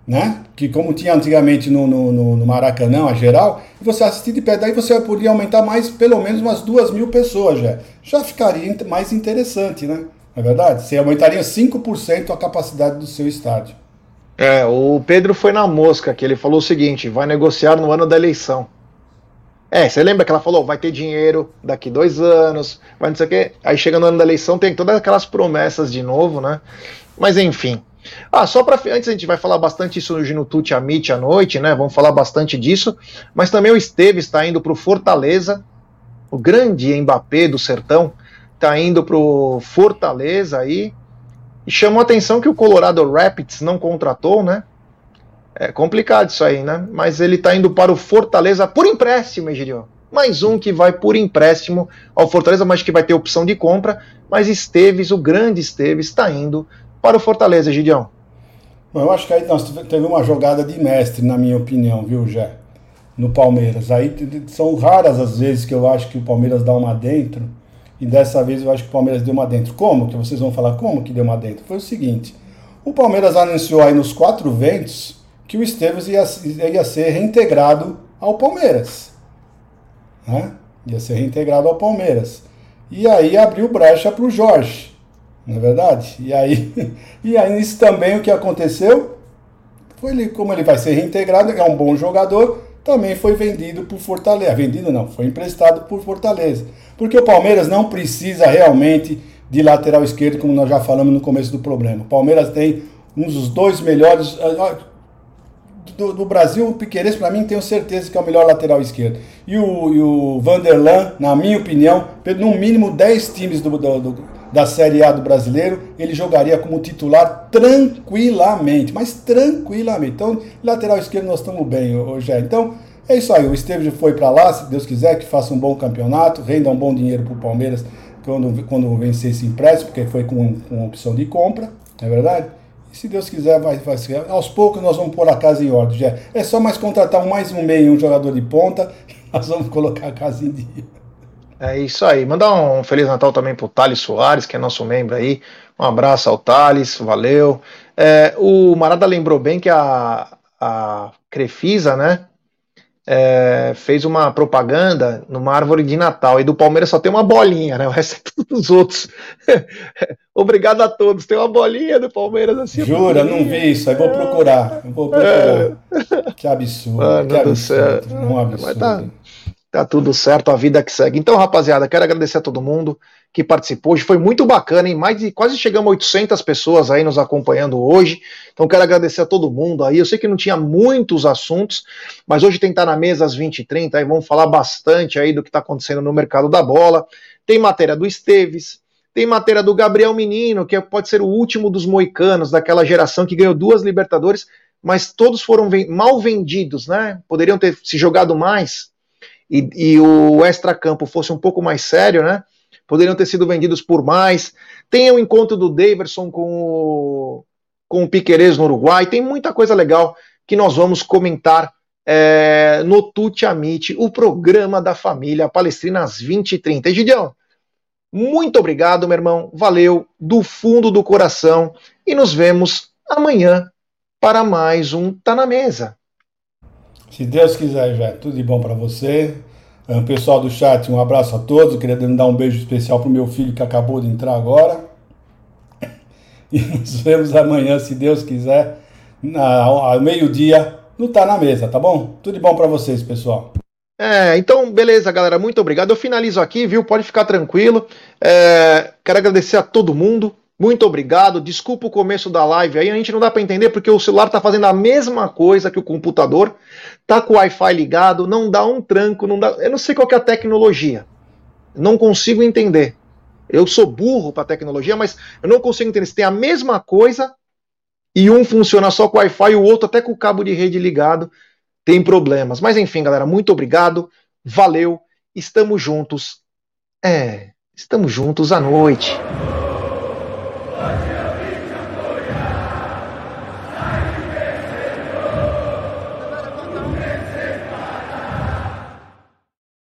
S2: né? Que como tinha antigamente no, no, no Maracanã, a geral, e você assistir de pé, daí você poderia aumentar mais, pelo menos umas duas mil pessoas já. Já ficaria mais interessante, né? Não é verdade? Você aumentaria cinco por cento a capacidade do seu estádio.
S3: É, o Pedro foi na mosca, que ele falou o seguinte, vai negociar no ano da eleição. É, você lembra que ela falou, vai ter dinheiro daqui dois anos, vai não sei o quê. Aí chega no ano da eleição, tem todas aquelas promessas de novo, né? Mas enfim. Ah, só para antes a gente vai falar bastante isso no Tuti Amit à noite, né? Vamos falar bastante disso. Mas também o Esteves está indo para o Fortaleza, o grande Mbappé do Sertão está indo para o Fortaleza aí. E chamou a atenção que o Colorado Rapids não contratou, né? É complicado isso aí, né? Mas ele está indo para o Fortaleza por empréstimo, Egidio. Mais um que vai por empréstimo ao Fortaleza, mas que vai ter opção de compra. Mas Esteves, o grande Esteves, está indo para o Fortaleza, Gideão.
S2: Bom, eu acho que aí nós teve uma jogada de mestre, na minha opinião, viu, Jé? No Palmeiras. Aí são raras as vezes que eu acho que o Palmeiras dá uma dentro, e dessa vez eu acho que o Palmeiras deu uma dentro. Como? Que vocês vão falar como que deu uma dentro? Foi o seguinte, o Palmeiras anunciou aí nos quatro ventos que o Esteves ia, ia ser reintegrado ao Palmeiras. Né? Ia ser reintegrado ao Palmeiras. E aí abriu brecha para o Jorge. Não é verdade? E aí, e aí isso também o que aconteceu foi ele, como ele vai ser reintegrado, é um bom jogador, também foi vendido por Fortaleza. Vendido não, foi emprestado por Fortaleza. Porque o Palmeiras não precisa realmente de lateral esquerdo, como nós já falamos no começo do programa. O Palmeiras tem um dos dois melhores do, do Brasil. O Piquerez, para mim, tenho certeza que é o melhor lateral esquerdo. E o, e o Vanderlan, na minha opinião, no mínimo dez times do, do, do da Série A do brasileiro, ele jogaria como titular tranquilamente, mas tranquilamente. Então, lateral esquerdo nós estamos bem, hoje. Então, é isso aí. O Esteves foi para lá, se Deus quiser, que faça um bom campeonato, renda um bom dinheiro para o Palmeiras quando, quando vencer esse empréstimo, porque foi com, com opção de compra, não é verdade? E se Deus quiser, vai, vai ser. Aos poucos nós vamos pôr a casa em ordem. Já. É só mais contratar mais um meio, um jogador de ponta, nós vamos colocar a casa em dia.
S3: É isso aí. Mandar um Feliz Natal também pro Thales Soares, que é nosso membro aí. Um abraço ao Thales, valeu. É, o Marada lembrou bem que a, a Crefisa, né, é, fez uma propaganda numa árvore de Natal. E do Palmeiras só tem uma bolinha, né? O resto é tudo dos outros. Obrigado a todos. Tem uma bolinha do Palmeiras assim.
S2: Jura? Não vi isso. Aí vou procurar. Vou procurar. É. Que absurdo.
S3: Mano
S2: que absurdo.
S3: Um absurdo. Tá... Tá tudo certo, a vida que segue. Então, rapaziada, quero agradecer a todo mundo que participou. Hoje foi muito bacana, hein? Mais de, quase chegamos a oitocentas pessoas aí nos acompanhando hoje. Então, quero agradecer a todo mundo aí. Eu sei que não tinha muitos assuntos, mas hoje tem que estar na mesa às vinte e trinta. Aí vamos falar bastante aí do que está acontecendo no mercado da bola. Tem matéria do Esteves, tem matéria do Gabriel Menino, que pode ser o último dos moicanos, daquela geração que ganhou duas Libertadores, mas todos foram mal vendidos, né? Poderiam ter se jogado mais. E, e o extracampo fosse um pouco mais sério, né? Poderiam ter sido vendidos por mais. Tem o encontro do Daverson com o, com o Piquerez no Uruguai. Tem muita coisa legal que nós vamos comentar é, no Tuti Amit, o programa da família Palestrina às vinte e trinta. Egidião, muito obrigado, meu irmão. Valeu, do fundo do coração. E nos vemos amanhã para mais um Tá na Mesa.
S2: Se Deus quiser, já tudo de bom para você. Um, pessoal do chat, um abraço a todos. Eu queria dar um beijo especial pro meu filho que acabou de entrar agora. E nos vemos amanhã, se Deus quiser, na, ao meio-dia, no Tá na Mesa, tá bom? Tudo de bom para vocês, pessoal.
S3: É, então, beleza, galera. Muito obrigado. Eu finalizo aqui, viu? Pode ficar tranquilo. É, quero agradecer a todo mundo. Muito obrigado, desculpa o começo da live aí, a gente não dá para entender porque o celular tá fazendo a mesma coisa que o computador, tá com o Wi-Fi ligado, não dá um tranco, não dá, eu não sei qual que é a tecnologia, não consigo entender. Eu sou burro para tecnologia, mas eu não consigo entender se tem a mesma coisa e um funciona só com o Wi-Fi e o outro até com o cabo de rede ligado, tem problemas. Mas enfim, galera, muito obrigado, valeu, estamos juntos, é, estamos juntos à noite.